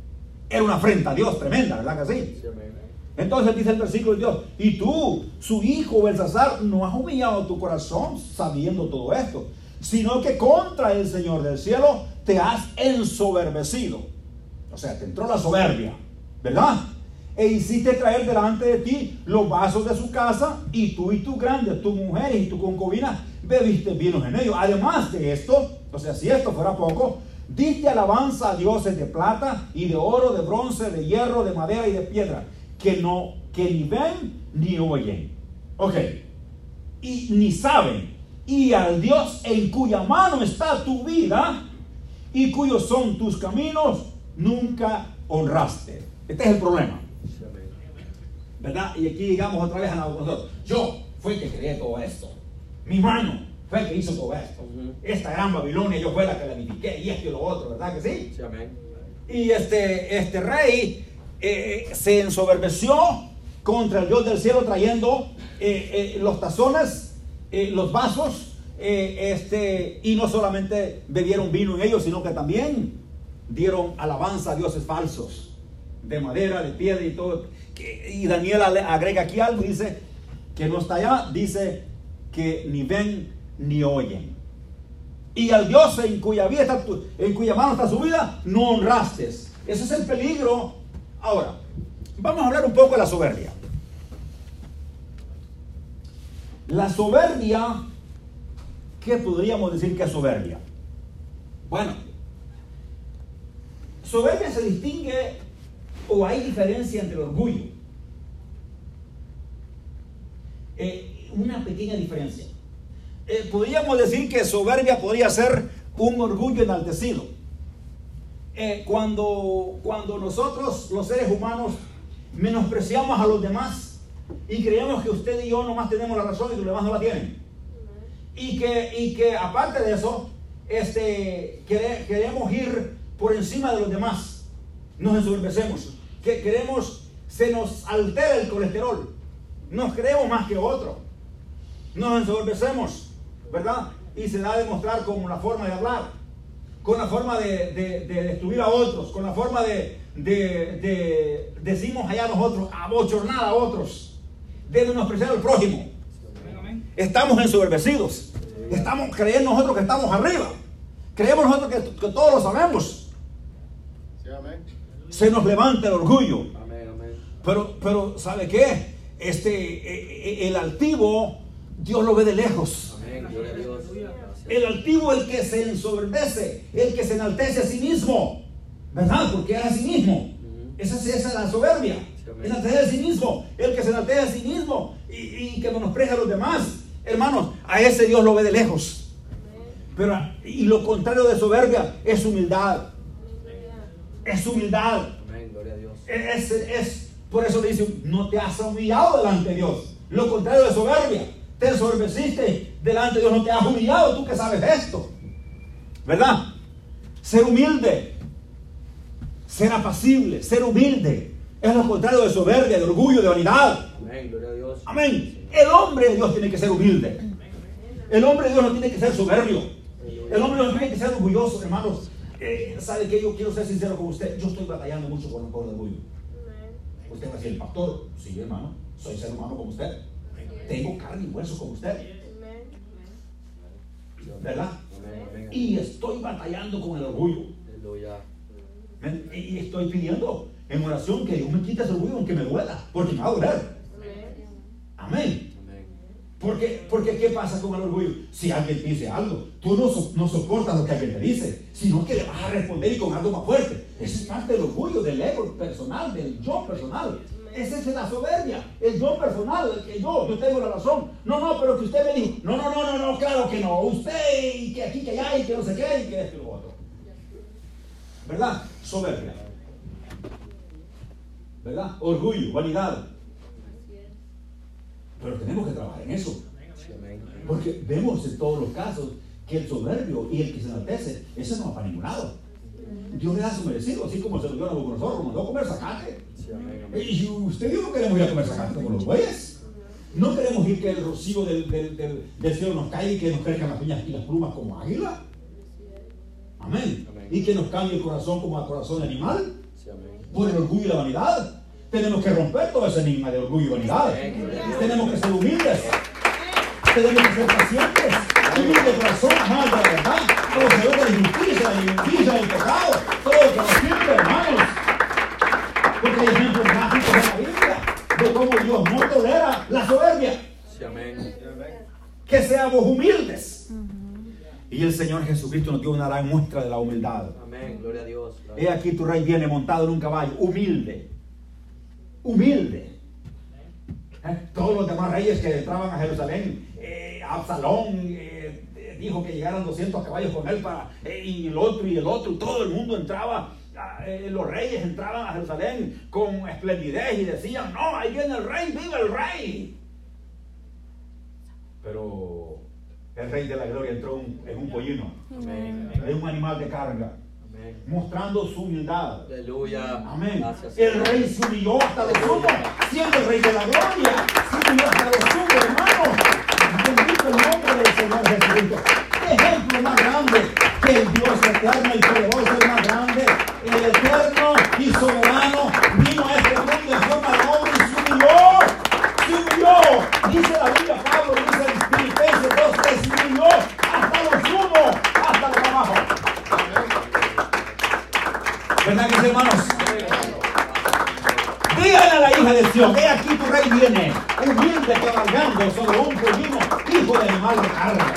Era una afrenta a Dios tremenda, ¿verdad que sí? Sí, amén. Entonces dice el versículo de Dios, y tú, su hijo Belsasar, no has humillado tu corazón sabiendo todo esto, sino que contra el Señor del cielo te has ensoberbecido. O sea, te entró la soberbia, ¿verdad? E hiciste traer delante de ti los vasos de su casa, y tú y tus grandes, tus mujeres y tu concubina bebiste vinos en ellos. Además de esto, o sea, si esto fuera poco, diste alabanza a dioses de plata y de oro, de bronce, de hierro, de madera y de piedra, que no, que ni ven ni oyen. Ok. Y ni saben. Y al Dios en cuya mano está tu vida y cuyos son tus caminos, nunca honraste. Este es el problema, ¿verdad? Y aquí digamos otra vez a Nabucodonosor, yo fui el que creé todo esto, mi mano fue el que hizo todo esto, uh-huh. Esta gran Babilonia yo fue la que la edifiqué y esto y lo otro, ¿verdad que sí? Sí, amén. Y este, este rey eh, se ensoberbeció contra el Dios del cielo trayendo eh, eh, los tazones eh, los vasos, eh, este, y no solamente bebieron vino en ellos, sino que también dieron alabanza a dioses falsos, de madera, de piedra y todo. Y Daniel agrega aquí algo, dice que no está allá, dice que ni ven ni oyen. Y al Dios en cuya vida está tu, en cuya mano está su vida, no honraste. Ese es el peligro. Ahora, vamos a hablar un poco de la soberbia. La soberbia, ¿qué podríamos decir que es soberbia? Bueno, soberbia se distingue o hay diferencia entre el orgullo. Eh, una pequeña diferencia. Eh, podríamos decir que soberbia podría ser un orgullo enaltecido. Eh, cuando, cuando nosotros, los seres humanos, menospreciamos a los demás y creemos que usted y yo nomás tenemos la razón y los demás no la tienen. Y que, y que aparte de eso, este, quere, queremos ir por encima de los demás. Nos ensoberbecemos. Que queremos, se nos altera el colesterol. Nos creemos más que otro. Nos ensoberbecemos, ¿verdad? Y se da a demostrar con la forma de hablar, con la forma de, de, de destruir a otros, con la forma de, de, de decimos allá nosotros, abochornar a otros, de menospreciar al prójimo. Estamos ensoberbecidos. Estamos creyendo nosotros que estamos arriba. Creemos nosotros que, que todos lo sabemos. Se nos levanta el orgullo. Pero, pero ¿sabe qué? Este, el altivo, Dios lo ve de lejos. El altivo, el que se ensoberbece, el que se enaltece a sí mismo, ¿verdad? Porque es a sí mismo. Esa, esa es la soberbia. Enaltecer a sí mismo, el que se enaltece a sí mismo y, y que menosprecia a los demás. Hermanos, a ese Dios lo ve de lejos. Pero, y lo contrario de soberbia es humildad. Es humildad. Es, es, por eso le dice, no te has humillado delante de Dios. Lo contrario de soberbia, te ensoberbeciste delante de Dios, no te has humillado, tú que sabes esto, ¿verdad? Ser humilde, ser apacible, ser humilde, es lo contrario de soberbia, de orgullo, de vanidad. Amén, gloria a Dios. Amén. El hombre de Dios tiene que ser humilde. El hombre de Dios no tiene que ser soberbio. El hombre de Dios tiene que ser orgulloso, hermanos. Eh, ¿Sabe qué? Yo quiero ser sincero con usted. Yo estoy batallando mucho con el orgullo. Usted va a decir, el pastor, sí, hermano, soy ser humano como usted. Tengo carne y hueso como usted. ¿Verdad? Y estoy batallando con el orgullo. Y estoy pidiendo en oración que Dios me quite ese orgullo aunque me duela, porque me va a doler. Amén. Porque, porque ¿qué pasa con el orgullo? Si alguien te dice algo, tú no, so, no soportas lo que alguien te dice, sino que le vas a responder y con algo más fuerte. Esa es parte del orgullo, del ego personal, del yo personal. Esa es la soberbia, el yo personal, el que yo, yo tengo la razón. No, no, pero que usted me dijo, no, no, no, no, no, claro que no. Usted, y que aquí, que allá, y que no sé qué, y que esto y lo otro. ¿Verdad? Soberbia. ¿Verdad? Orgullo, vanidad. Pero tenemos que trabajar en eso. Porque vemos en todos los casos que el soberbio y el que se enaltece, ese no va para ningún lado. Dios le da su merecido, así como se lo dio a Nabucodonosor, lo mandó a comer zacate. Y usted y yo no queremos ir a comer zacate como los bueyes. No queremos ir que el rocío del, del, del, del cielo nos caiga y que nos crezcan las uñas y las plumas como águila. Amén. Y que nos cambie el corazón como a corazón de animal. Por el orgullo y la vanidad. Tenemos que romper todo ese enigma de orgullo y vanidad. Tenemos que ser humildes. Tenemos que ser pacientes. Humildes de corazón, amados de la verdad. Conocedores de la injusticia, de la injusticia, del pecado. Todo lo que nos sirve, hermanos. Porque hay ejemplos gráficos en la Biblia de cómo Dios no tolera la soberbia. Que seamos humildes. Y el Señor Jesucristo nos dio una gran muestra de la humildad. Amén, gloria a Dios. He aquí tu rey viene montado en un caballo, humilde. Humilde. ¿Eh? Todos los demás reyes que entraban a Jerusalén, eh, Absalón eh, dijo que llegaran doscientos caballos con él para, eh, y el otro y el otro, y todo el mundo entraba, eh, los reyes entraban a Jerusalén con esplendidez y decían, no, ahí viene el rey, viva el rey. Pero el rey de la gloria entró un, en un pollino, Amén. En un animal de carga. Mostrando su humildad. Aleluya. Amén. El rey se humilló hasta lo sumo, siendo el rey de la gloria. Se humilló hasta lo sumo, hermano. Bendito el del Señor Jesucristo. ¿Qué ejemplo más grande que el Dios eterno y poderoso, el más grande, el eterno y soberano, vino a este mundo en forma de hombre y se humilló, se humilló. Dice la Biblia, Pablo dice en Filipenses dos tres, se humilló hasta lo sumo, hasta lo abajo. ¿Verdad que sí, hermanos? Díganle a la hija de Sión, he aquí tu rey viene, humilde cabalgando sobre un pollino, hijo de animal de carga.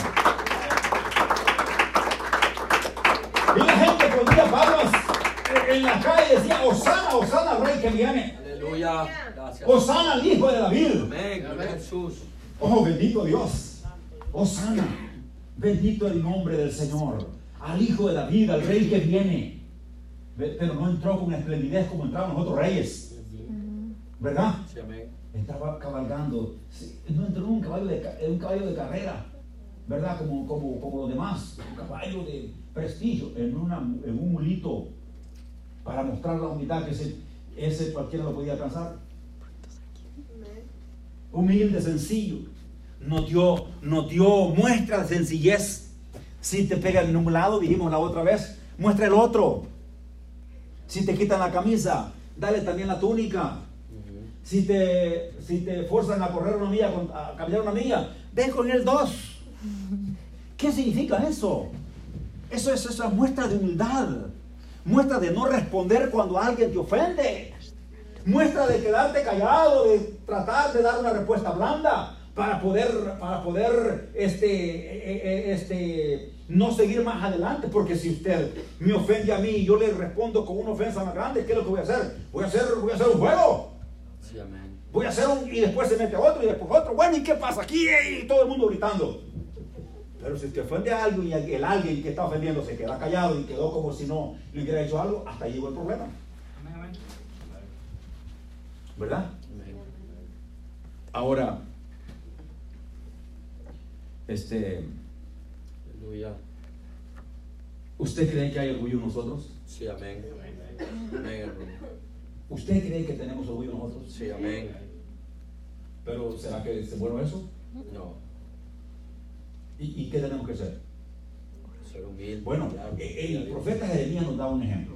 Y la gente ponía palmas en la calle, decía, Hosana, Hosana al rey que viene. Aleluya. Gracias. Hosana al hijo de David. Amén. Amén, Jesús. Oh, bendito Dios. Hosana, bendito el nombre del Señor. Al hijo de David, al rey que viene. Pero no entró con esplendidez como entraban los otros reyes. ¿Verdad? Sí, amén. Estaba cabalgando. No entró en un caballo de, en un caballo de carrera, ¿verdad? Como, como, como los demás. Un caballo de prestigio, en, una, en un mulito, para mostrar la humildad que ese, ese cualquiera lo podía alcanzar. Humilde, sencillo. Nos dio, nos dio muestra de sencillez. Si te pegan en un lado, dijimos la otra vez, muestra el otro. Si te quitan la camisa, dale también la túnica. Si te, si te forzan a correr una milla, a caminar una milla, ven con él dos. ¿Qué significa eso? Eso es esa muestra de humildad. Muestra de no responder cuando alguien te ofende. Muestra de quedarte callado, de tratar de dar una respuesta blanda para poder, para poder este, este, no seguir más adelante. Porque si usted me ofende a mí y yo le respondo con una ofensa más grande, ¿qué es lo que voy a hacer? Voy a hacer, voy a hacer un juego. Sí, amén. Voy a hacer un, y después se mete otro y después otro. Bueno, ¿y qué pasa aquí? Y todo el mundo gritando. Pero si te ofende a alguien y el alguien que está ofendiendo se queda callado y quedó como si no le hubiera hecho algo, hasta ahí llegó el problema. ¿Verdad? Amén. Ahora, este, Aleluya. ¿usted cree que hay orgullo en nosotros? Sí, amén. Amén, hermano. ¿Usted cree que tenemos orgullo en nosotros? Sí, amén. Pero ¿será que es bueno eso? No. ¿Y, y qué tenemos que hacer? Ser humilde. Bueno, claro. el, el profeta Jeremías nos da un ejemplo.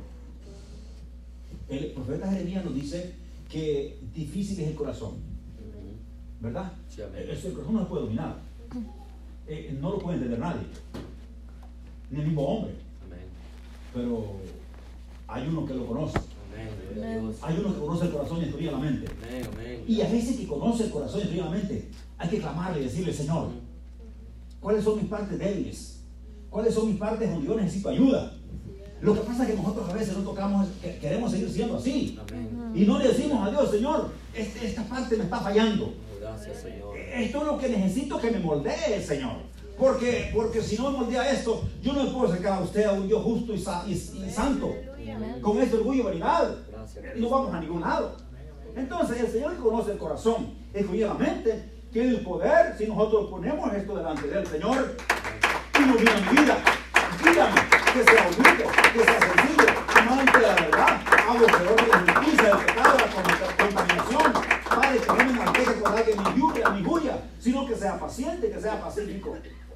El profeta Jeremías nos dice que difícil es el corazón, ¿verdad? Sí, amén. El, el corazón no se puede dominar. Eh, no lo puede entender nadie, ni el mismo hombre. Amén. Pero hay uno que lo conoce. Amén. Gloria a Dios. Hay uno que conoce el corazón y estudia la mente. Amén, amén. Y a veces que conoce el corazón y estudia la mente, hay que clamarle y decirle, Señor, ¿cuáles son mis partes débiles? ¿Cuáles son mis partes donde yo necesito ayuda? Lo que pasa es que nosotros a veces no tocamos, que queremos seguir siendo así. Amén. Y no le decimos a Dios, Señor, este, esta parte me está fallando. Gracias, Señor. Esto es lo que necesito que me moldee, Señor. Porque, porque si no me moldea esto, yo no me puedo acercar a usted a un Dios justo y, sa- y, y santo. Con este orgullo y vanidad. Y no vamos a ningún lado. Entonces el Señor que conoce el corazón, escoge la mente, tiene el poder. Si nosotros ponemos esto delante del Señor, ilumina mi vida. Dígame que sea humilde, que sea sencillo, amante de la verdad, aborrecedor de la injusticia, del pecado, de la contaminación. Padre, que no me mantenga con alguien ni injuria, ni injuria, sino que sea paciente, que sea pacífico.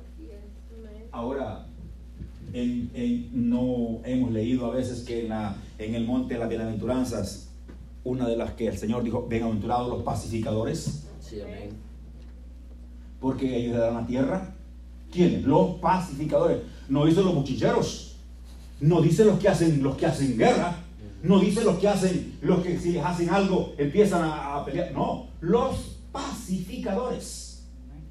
Ahora, en, en, no hemos leído a veces que en, la, en el monte de las bienaventuranzas, una de las que el Señor dijo, bienaventurados los pacificadores, Sí, amén. porque ellos darán la tierra. ¿Quiénes? Los pacificadores. No dice los cuchilleros, no dice los que hacen, los que hacen guerra, no dice los que hacen, los que si les hacen algo empiezan a, a pelear. No, los pacificadores.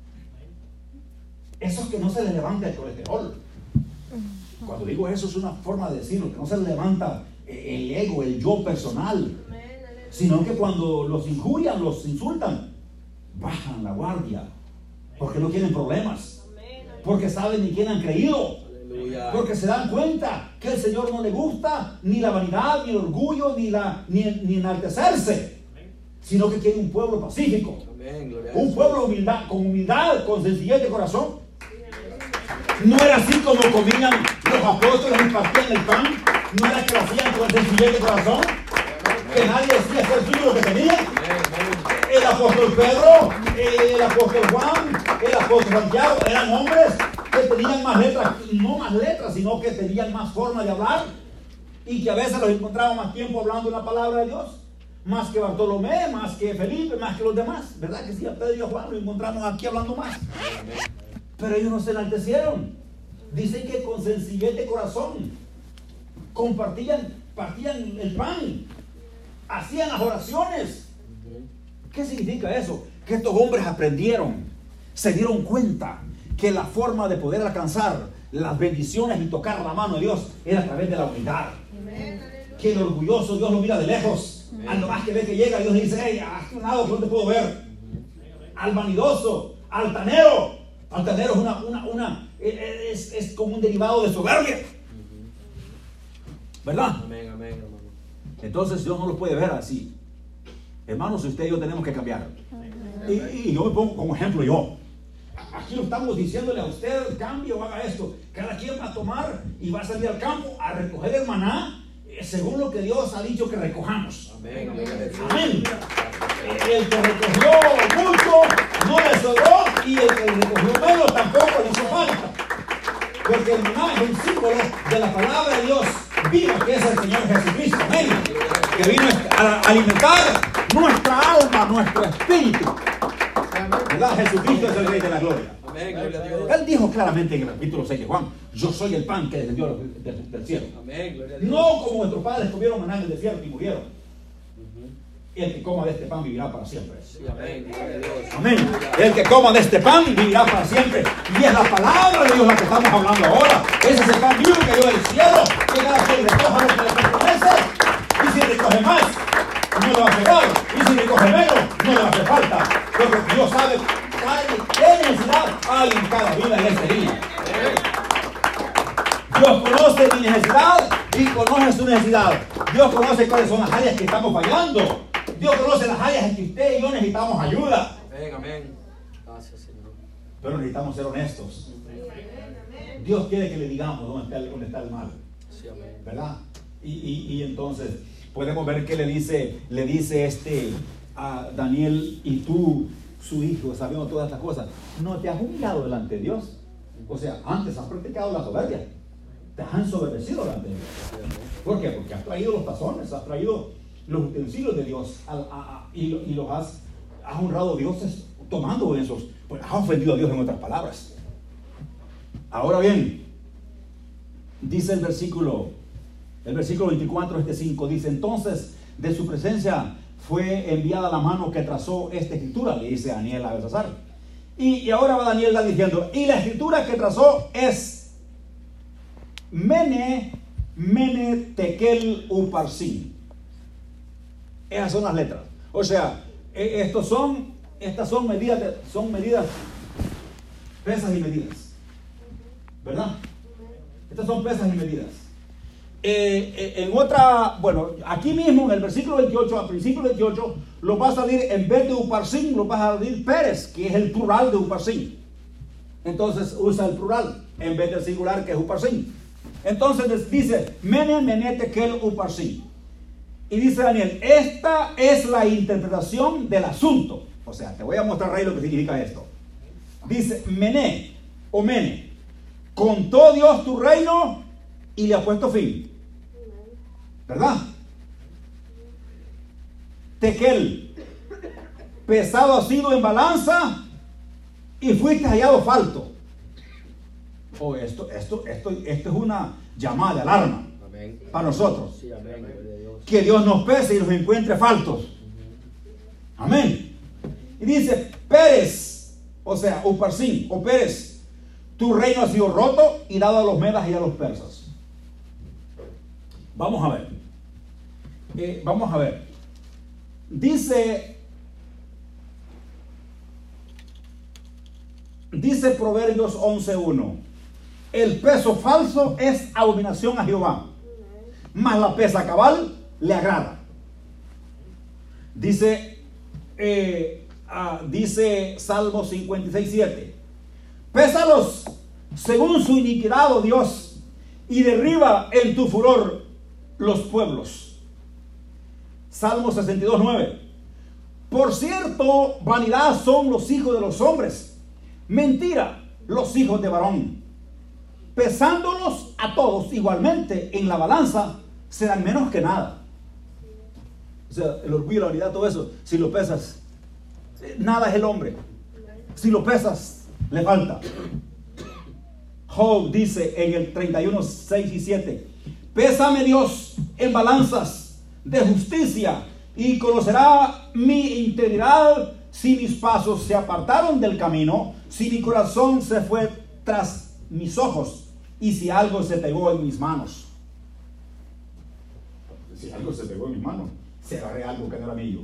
Esos que no se les levanta el colesterol. Cuando digo eso es una forma de decirlo, que no se les levanta el ego, el yo personal, sino que cuando los injurian, los insultan, bajan la guardia, porque no tienen problemas, porque saben en quién han creído, Aleluya. porque se dan cuenta que al Señor no le gusta ni la vanidad, ni el orgullo, ni, la, ni, ni enaltecerse, sino que quiere un pueblo pacífico, Amén. Gloria a un Dios. pueblo humildad, con humildad, con sencillez de corazón. No era así como comían los apóstoles y partían el pan, no era que lo hacían con sencillez de corazón, que nadie decía ser suyo lo que tenía. Amén, amén. El apóstol Pedro, el apóstol Juan, el apóstol Santiago, eran hombres que tenían más letras, no más letras, sino que tenían más forma de hablar, y que a veces los encontraban más tiempo hablando la palabra de Dios, más que Bartolomé, más que Felipe, más que los demás. ¿Verdad que sí? A Pedro y a Juan lo encontramos aquí hablando más. Pero ellos no se enaltecieron. Dicen que con sencillez de corazón compartían, partían el pan, hacían las oraciones. ¿Qué significa eso? Que estos hombres aprendieron, se dieron cuenta que la forma de poder alcanzar las bendiciones y tocar la mano de Dios era a través de la humildad. Que el orgulloso Dios lo mira de lejos. Al nomás que ve que llega, Dios le dice: hey, hazte un lado, que no te puedo ver. Al vanidoso, altanero. Altanero es una, una, una es, es como un derivado de soberbia. ¿Verdad? Amén, amén, hermano. Entonces Dios no lo puede ver así. Hermanos, usted y yo tenemos que cambiar. Y, y yo me pongo como ejemplo yo. Aquí lo estamos diciéndole a usted: cambie o haga esto. Cada quien va a tomar y va a salir al campo a recoger el maná según lo que Dios ha dicho que recojamos. Amén, amén. Amén. El que recogió mucho no le sobró, y el que recogió menos tampoco le hizo falta. Porque el maná es un símbolo de la palabra de Dios viva, que es el Señor Jesucristo. Amén. Que vino a alimentar nuestra alma, nuestro espíritu. ¿Verdad? Jesucristo es el Rey de la Gloria. Amén, gloria a Dios. Él dijo claramente en el capítulo seis de Juan: yo soy el pan que descendió del, del cielo. Amén, gloria a Dios. No como nuestros padres comieron maná en el desierto y murieron. El que coma de este pan vivirá para siempre. Sí, amén, gloria a Dios. Amén. El que coma de este pan vivirá para siempre. Y es la palabra de Dios la que estamos hablando ahora. Ese es el pan vivo que cayó del cielo, que cada quien recoja lo que le pertenece. Y si recoge más, no le va a pegar. Y si recoge menos, no le va a hacer falta. Porque Dios sabe qué necesidad hay en cada vida en este día. Dios conoce mi necesidad y conoce su necesidad. Dios conoce cuáles son las áreas que estamos fallando. Dios conoce las áreas en que usted y yo necesitamos ayuda. Amén, amén. Gracias, Señor. Pero necesitamos ser honestos. Dios quiere que le digamos dónde está el, dónde está el mal. Sí, amén. ¿Verdad? Y, y, y entonces podemos ver que le dice, le dice este a Daniel: y tú, su hijo, sabiendo todas estas cosas, ¿no te has humillado delante de Dios? O sea, antes has practicado la soberbia. Te has ensoberbecido delante de Dios. ¿Por qué? Porque has traído los tazones, has traído los utensilios de Dios a, a, a, y, y los has, has honrado a dioses tomando esos. Pues has ofendido a Dios, en otras palabras. Ahora bien, dice el versículo, el versículo veinticuatro, este cinco, dice: entonces de su presencia fue enviada la mano que trazó esta escritura, le dice Daniel a Belsasar. Y, y ahora va Daniel diciendo: y la escritura que trazó es Mene, Mene, Tekel, Uparsin. Esas son las letras. O sea, estos son, estas son medidas, de, son medidas, pesas y medidas. ¿Verdad? Estas son pesas y medidas. Eh, eh, en otra, bueno, aquí mismo en el versículo veintiocho, al principio veintiocho, lo va a salir, en vez de Uparsin, lo va a salir Pérez, que es el plural de Uparsin. Entonces usa el plural en vez del singular, que es Uparsin. Entonces dice: Mene, Mene, Tekel, Uparsin. Y dice Daniel: esta es la interpretación del asunto. O sea, te voy a mostrar ahí lo que significa esto. Dice: Mene o Mene, contó Dios tu reino y le ha puesto fin. ¿Verdad? Tekel, pesado ha sido en balanza y fuiste hallado falto. Oh, esto, esto, esto, esto es una llamada de alarma. Amén. Para nosotros. Sí, amén. Dios. Que Dios nos pese y nos encuentre faltos. Uh-huh. Amén. Y dice: Pérez, o sea, Uparsin o Pérez, tu reino ha sido roto y dado a los medas y a los persas. Vamos a ver. Eh, vamos a ver. Dice, dice Proverbios once uno: el peso falso es abominación a Jehová, mas la pesa cabal le agrada. Dice, eh, ah, dice Salmo cincuenta y seis siete: pésalos según su iniquidad, oh Dios, y derriba en tu furor los pueblos. Salmo sesenta y dos nueve: por cierto, vanidad son los hijos de los hombres, Mentira, los hijos de varón, pesándolos a todos igualmente en la balanza, serán menos que nada. O sea, el orgullo, la vanidad, todo eso, si lo pesas, nada es el hombre. Si lo pesas, le falta. Job dice en el treinta y uno, seis y siete: pésame Dios en balanzas de justicia y conocerá mi integridad, si mis pasos se apartaron del camino, si mi corazón se fue tras mis ojos y si algo se pegó en mis manos. Si algo se pegó en mis manos, se agarré algo que no era mío.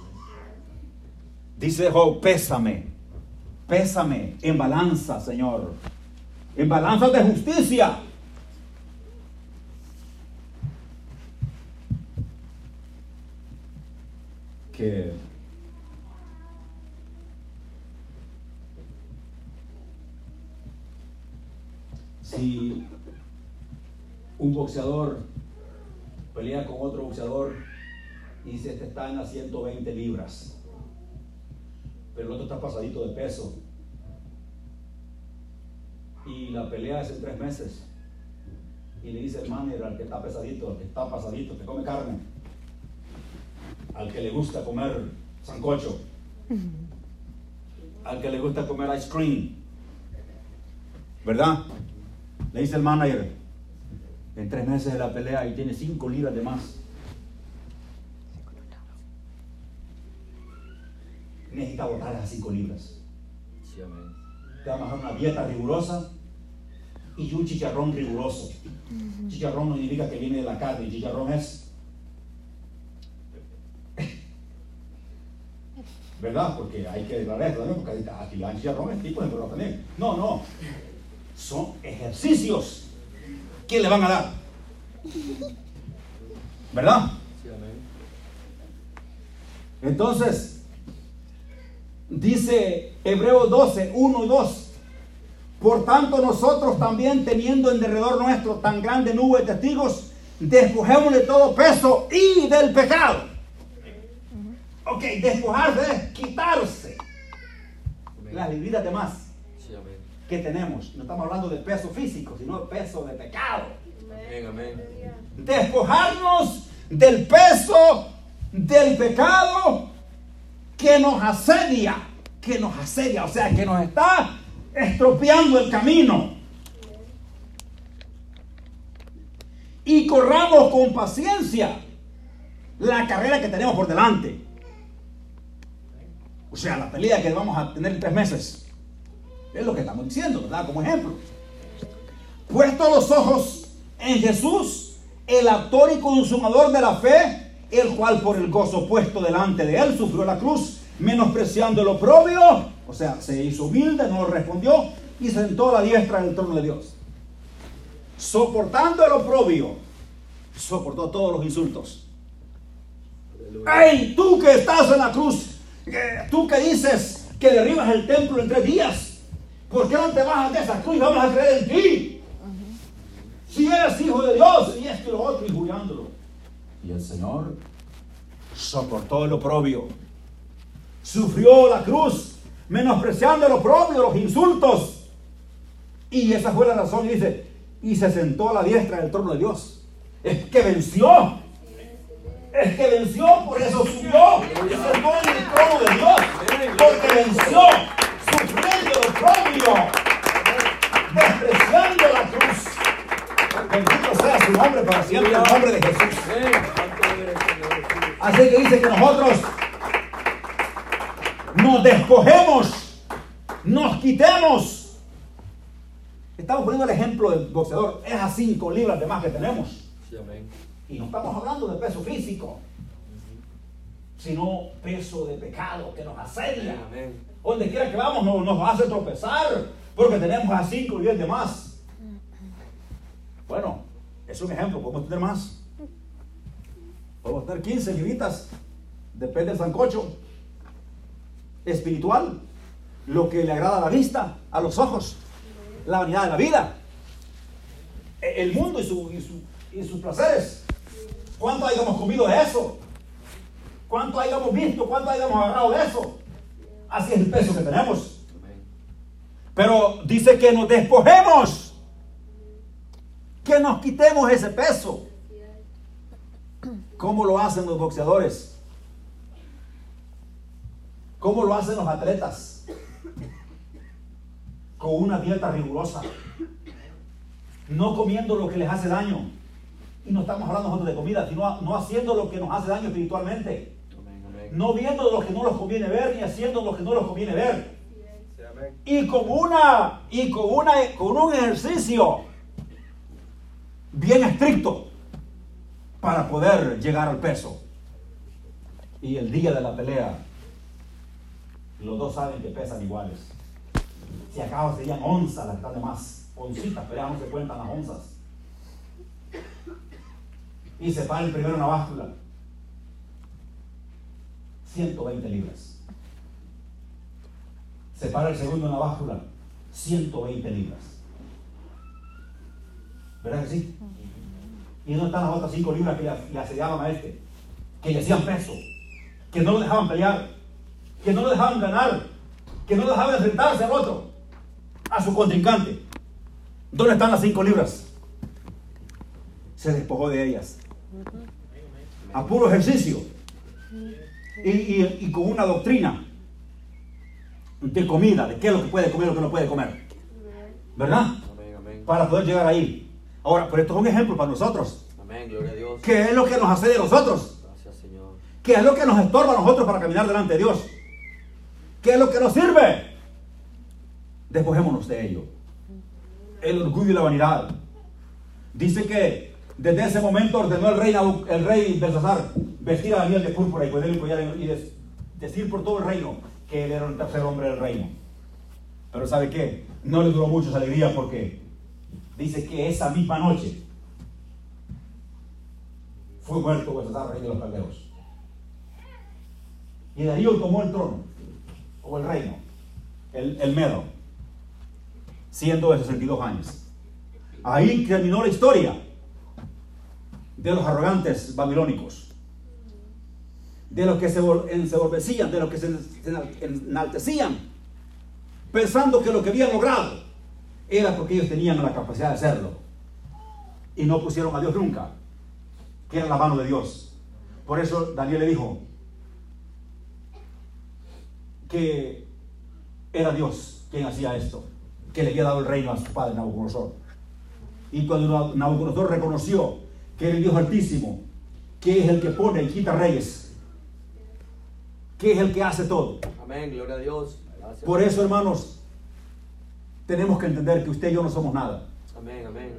Dice Job: pésame, pésame en balanza, Señor, en balanzas de justicia. Que si un boxeador pelea con otro boxeador y dice: este está en las ciento veinte libras, pero el otro está pasadito de peso, y la pelea es en tres meses, y le dice el manager al que está pesadito, al que está pasadito, que come carne, al que le gusta comer sancocho, al que le gusta comer ice cream, ¿verdad? Le dice el manager: en tres meses de la pelea y tiene cinco libras de más. Necesita botar esas cinco libras. Sí, amén. Te vamos a hacer una dieta rigurosa y un chicharrón riguroso. Chicharrón no significa que viene de la carne, el chicharrón es, ¿verdad? Porque hay que declarar esto, ¿no? Porque aquí la chicharrón es tipo de perro también. No, no. Son ejercicios que le van a dar, ¿verdad? Sí, amén. Entonces, dice Hebreos doce, uno y dos: por tanto nosotros también, teniendo en derredor nuestro tan grande nube de testigos, despojémonos de todo peso y del pecado. Ok, despojarse es quitarse las libritas de más Sí, amén. que tenemos. No estamos hablando de peso físico, sino de peso de pecado. Amén, amén. Despojarnos del peso del pecado que nos asedia, que nos asedia, o sea, que nos está estropeando el camino. Y corramos con paciencia la carrera que tenemos por delante. O sea, la pelea que vamos a tener en tres meses. Es lo que estamos diciendo, ¿verdad? Como ejemplo. Puesto los ojos en Jesús, el autor y consumador de la fe, el cual por el gozo puesto delante de él sufrió la cruz, menospreciando el oprobio, o sea, se hizo humilde, no lo respondió, y se sentó a la diestra del trono de Dios. Soportando el oprobio, soportó todos los insultos. ¡Ey, tú que estás en la cruz! Tú que dices que derribas el templo en tres días, ¿por qué no te bajas de esa cruz y vamos a creer en ti? Si eres hijo de Dios, y esto y lo otro, y jurándolo. Y el Señor soportó el oprobio, sufrió la cruz, menospreciando el oprobio, los insultos. Y esa fue la razón, y dice, y se sentó a la diestra del trono de Dios. Es que venció. Es que venció, por eso subió y se sentó en el trono de Dios. Porque venció, sufriendo el oprobio, despreciando la cruz. Bendito sea su nombre para siempre, el nombre de Jesús. Así que dice que nosotros nos despojemos, nos quitemos. Estamos poniendo el ejemplo del boxeador, esas cinco libras de más que tenemos. Sí, amén. Y no estamos hablando de peso físico, sino peso de pecado que nos asedia. Amén. Donde quiera que vamos nos, nos hace tropezar porque tenemos a cinco libras de más. Bueno, es un ejemplo, podemos tener más. Podemos tener quince libritas, depende del sancocho espiritual, lo que le agrada a la vista, a los ojos, la vanidad de la vida, el mundo y, su, y, su, y sus placeres. ¿Cuánto hayamos comido de eso? ¿Cuánto hayamos visto? ¿Cuánto hayamos agarrado de eso? Así es el peso que tenemos. Pero dice que nos despojemos, que nos quitemos ese peso. ¿Cómo lo hacen los boxeadores? ¿Cómo lo hacen los atletas? Con una dieta rigurosa, no comiendo lo que les hace daño. Y no estamos hablando nosotros de comida, sino no haciendo lo que nos hace daño espiritualmente. Amén, amén. No viendo lo que no nos conviene ver, ni haciendo lo que no nos conviene ver. Sí, amén. Y con una y con una con un ejercicio bien estricto para poder llegar al peso. Y el día de la pelea, los dos saben que pesan iguales. Si acaso serían onzas las que están de más, oncitas, pero ya no se cuentan las onzas. Y se para el primero en la báscula, ciento veinte libras. Se para el segundo en la báscula, ciento veinte libras. ¿Verdad que sí? ¿Y dónde están las otras cinco libras que le, le asediaban a este? Que le hacían peso, que no lo dejaban pelear, que no lo dejaban ganar, que no lo dejaban enfrentarse al otro, a su contrincante. ¿Dónde están las cinco libras? Se despojó de ellas. A puro ejercicio. Y, y, y con una doctrina de comida, de qué es lo que puede comer y lo que no puede comer. ¿Verdad? Para poder llegar ahí. Ahora, pero esto es un ejemplo para nosotros. Amén, gloria a Dios. ¿Qué es lo que nos hace de nosotros? Gracias, Señor. ¿Qué es lo que nos estorba a nosotros para caminar delante de Dios? ¿Qué es lo que nos sirve? Despojémonos de ello. El orgullo y la vanidad. Dice que desde ese momento ordenó el rey, el rey Belsasar vestir a Daniel de púrpura y ponerle un collar y des, decir por todo el reino que él era el tercer hombre del reino. Pero ¿sabe qué? No le duró mucho esa alegría porque dice que esa misma noche fue muerto Belsasar, rey de los caldeos. Y Darío tomó el trono, o el reino, el, el Medo, siendo de sesenta y dos años. Ahí terminó la historia de los arrogantes babilónicos, de los que se ensoberbecían, de los que se enaltecían, pensando que lo que habían logrado era porque ellos tenían la capacidad de hacerlo y no pusieron a Dios nunca, que era la mano de Dios. Por eso Daniel le dijo que era Dios quien hacía esto, que le había dado el reino a su padre Nabucodonosor. Y cuando Nabucodonosor reconoció que era el Dios Altísimo, que es el que pone y quita reyes, que es el que hace todo. Amén, gloria a Dios. Gracias. Por eso, hermanos, tenemos que entender que usted y yo no somos nada. Amén, amén.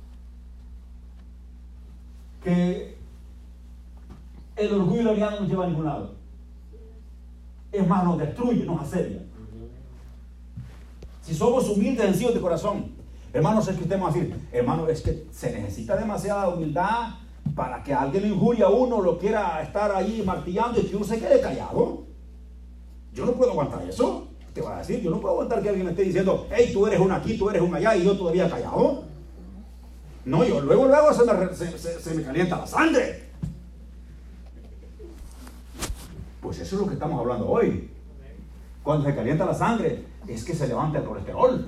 Que el orgullo y la vanidad no nos lleva a ningún lado. Es más, nos destruye, nos asedia. Uh-huh. Si somos humildes, sencillos de corazón, hermanos, es que usted va a decir, hermano, es que se necesita demasiada humildad para que alguien le injurie a uno, lo quiera estar ahí martillando y que uno se quede callado. Yo no puedo aguantar eso. Te va a decir, yo no puedo aguantar que alguien me esté diciendo, hey, tú eres un aquí, tú eres un allá y yo todavía callado. No, yo luego, luego se me, se, se, se me calienta la sangre. Pues eso es lo que estamos hablando hoy. Cuando se calienta la sangre, es que se levanta el colesterol.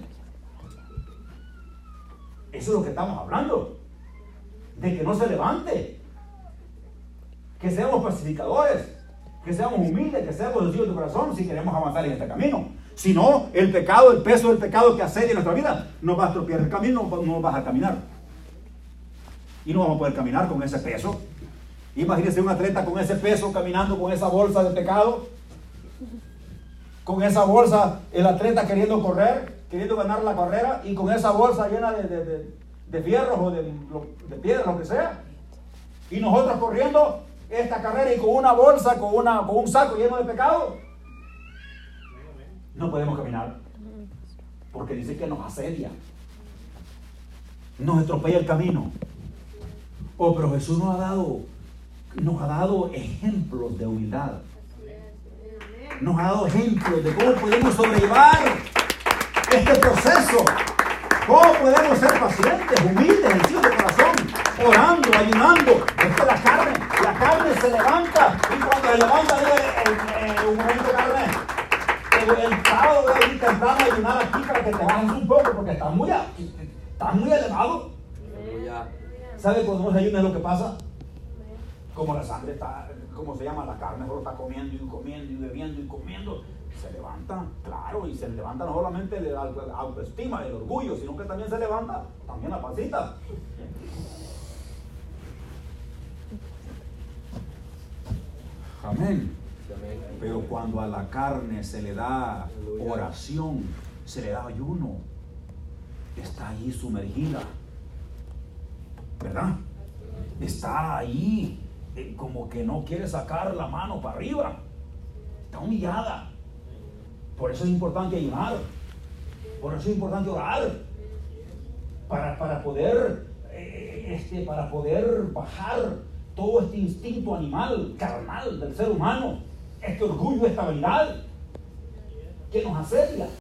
Eso es lo que estamos hablando. De que no se levante. Que seamos pacificadores. Que seamos humildes, que seamos sencillos de corazón si queremos avanzar en este camino. Si no, el pecado, el peso del pecado que asedia nuestra vida, nos va a estropear el camino, no nos vas a caminar. Y no vamos a poder caminar con ese peso. Imagínense un atleta con ese peso caminando con esa bolsa de pecado. Con esa bolsa, el atleta queriendo correr, queriendo ganar la carrera, y con esa bolsa llena de, de, de, de fierros o de, de piedras, lo que sea. Y nosotros corriendo esta carrera y con una bolsa, con, una, con un saco lleno de pecado. No podemos caminar. Porque dice que nos asedia. Nos estropea el camino. Oh, pero Jesús nos ha dado, nos ha dado ejemplos de humildad. Nos ha dado ejemplos de cómo podemos sobrellevar este proceso. Cómo podemos ser pacientes, humildes, sencillos de corazón, orando, ayunando. Es que la carne, la carne se levanta. Y cuando se levanta, dice, eh, eh, un momento, carne, el estado de ahí intentando ayunar aquí para que te bajes un poco, porque estás muy, estás muy elevado. Aleluya. ¿Sabe cuando uno se ayuna es lo que pasa? Como la sangre está, ¿cómo se llama? La carne solo está comiendo y comiendo y bebiendo y comiendo. Se levanta, claro, y se levanta no solamente la autoestima, el orgullo, sino que también se levanta también la pancita. Amén. Pero cuando a la carne se le da oración, se le da ayuno, está ahí sumergida, ¿verdad? Está ahí eh, como que no quiere sacar la mano para arriba, está humillada. Por eso es importante ayunar, por eso es importante orar, para, para poder eh, este, para poder bajar todo este instinto animal, carnal del ser humano, este orgullo, esta vanidad que nos asedia.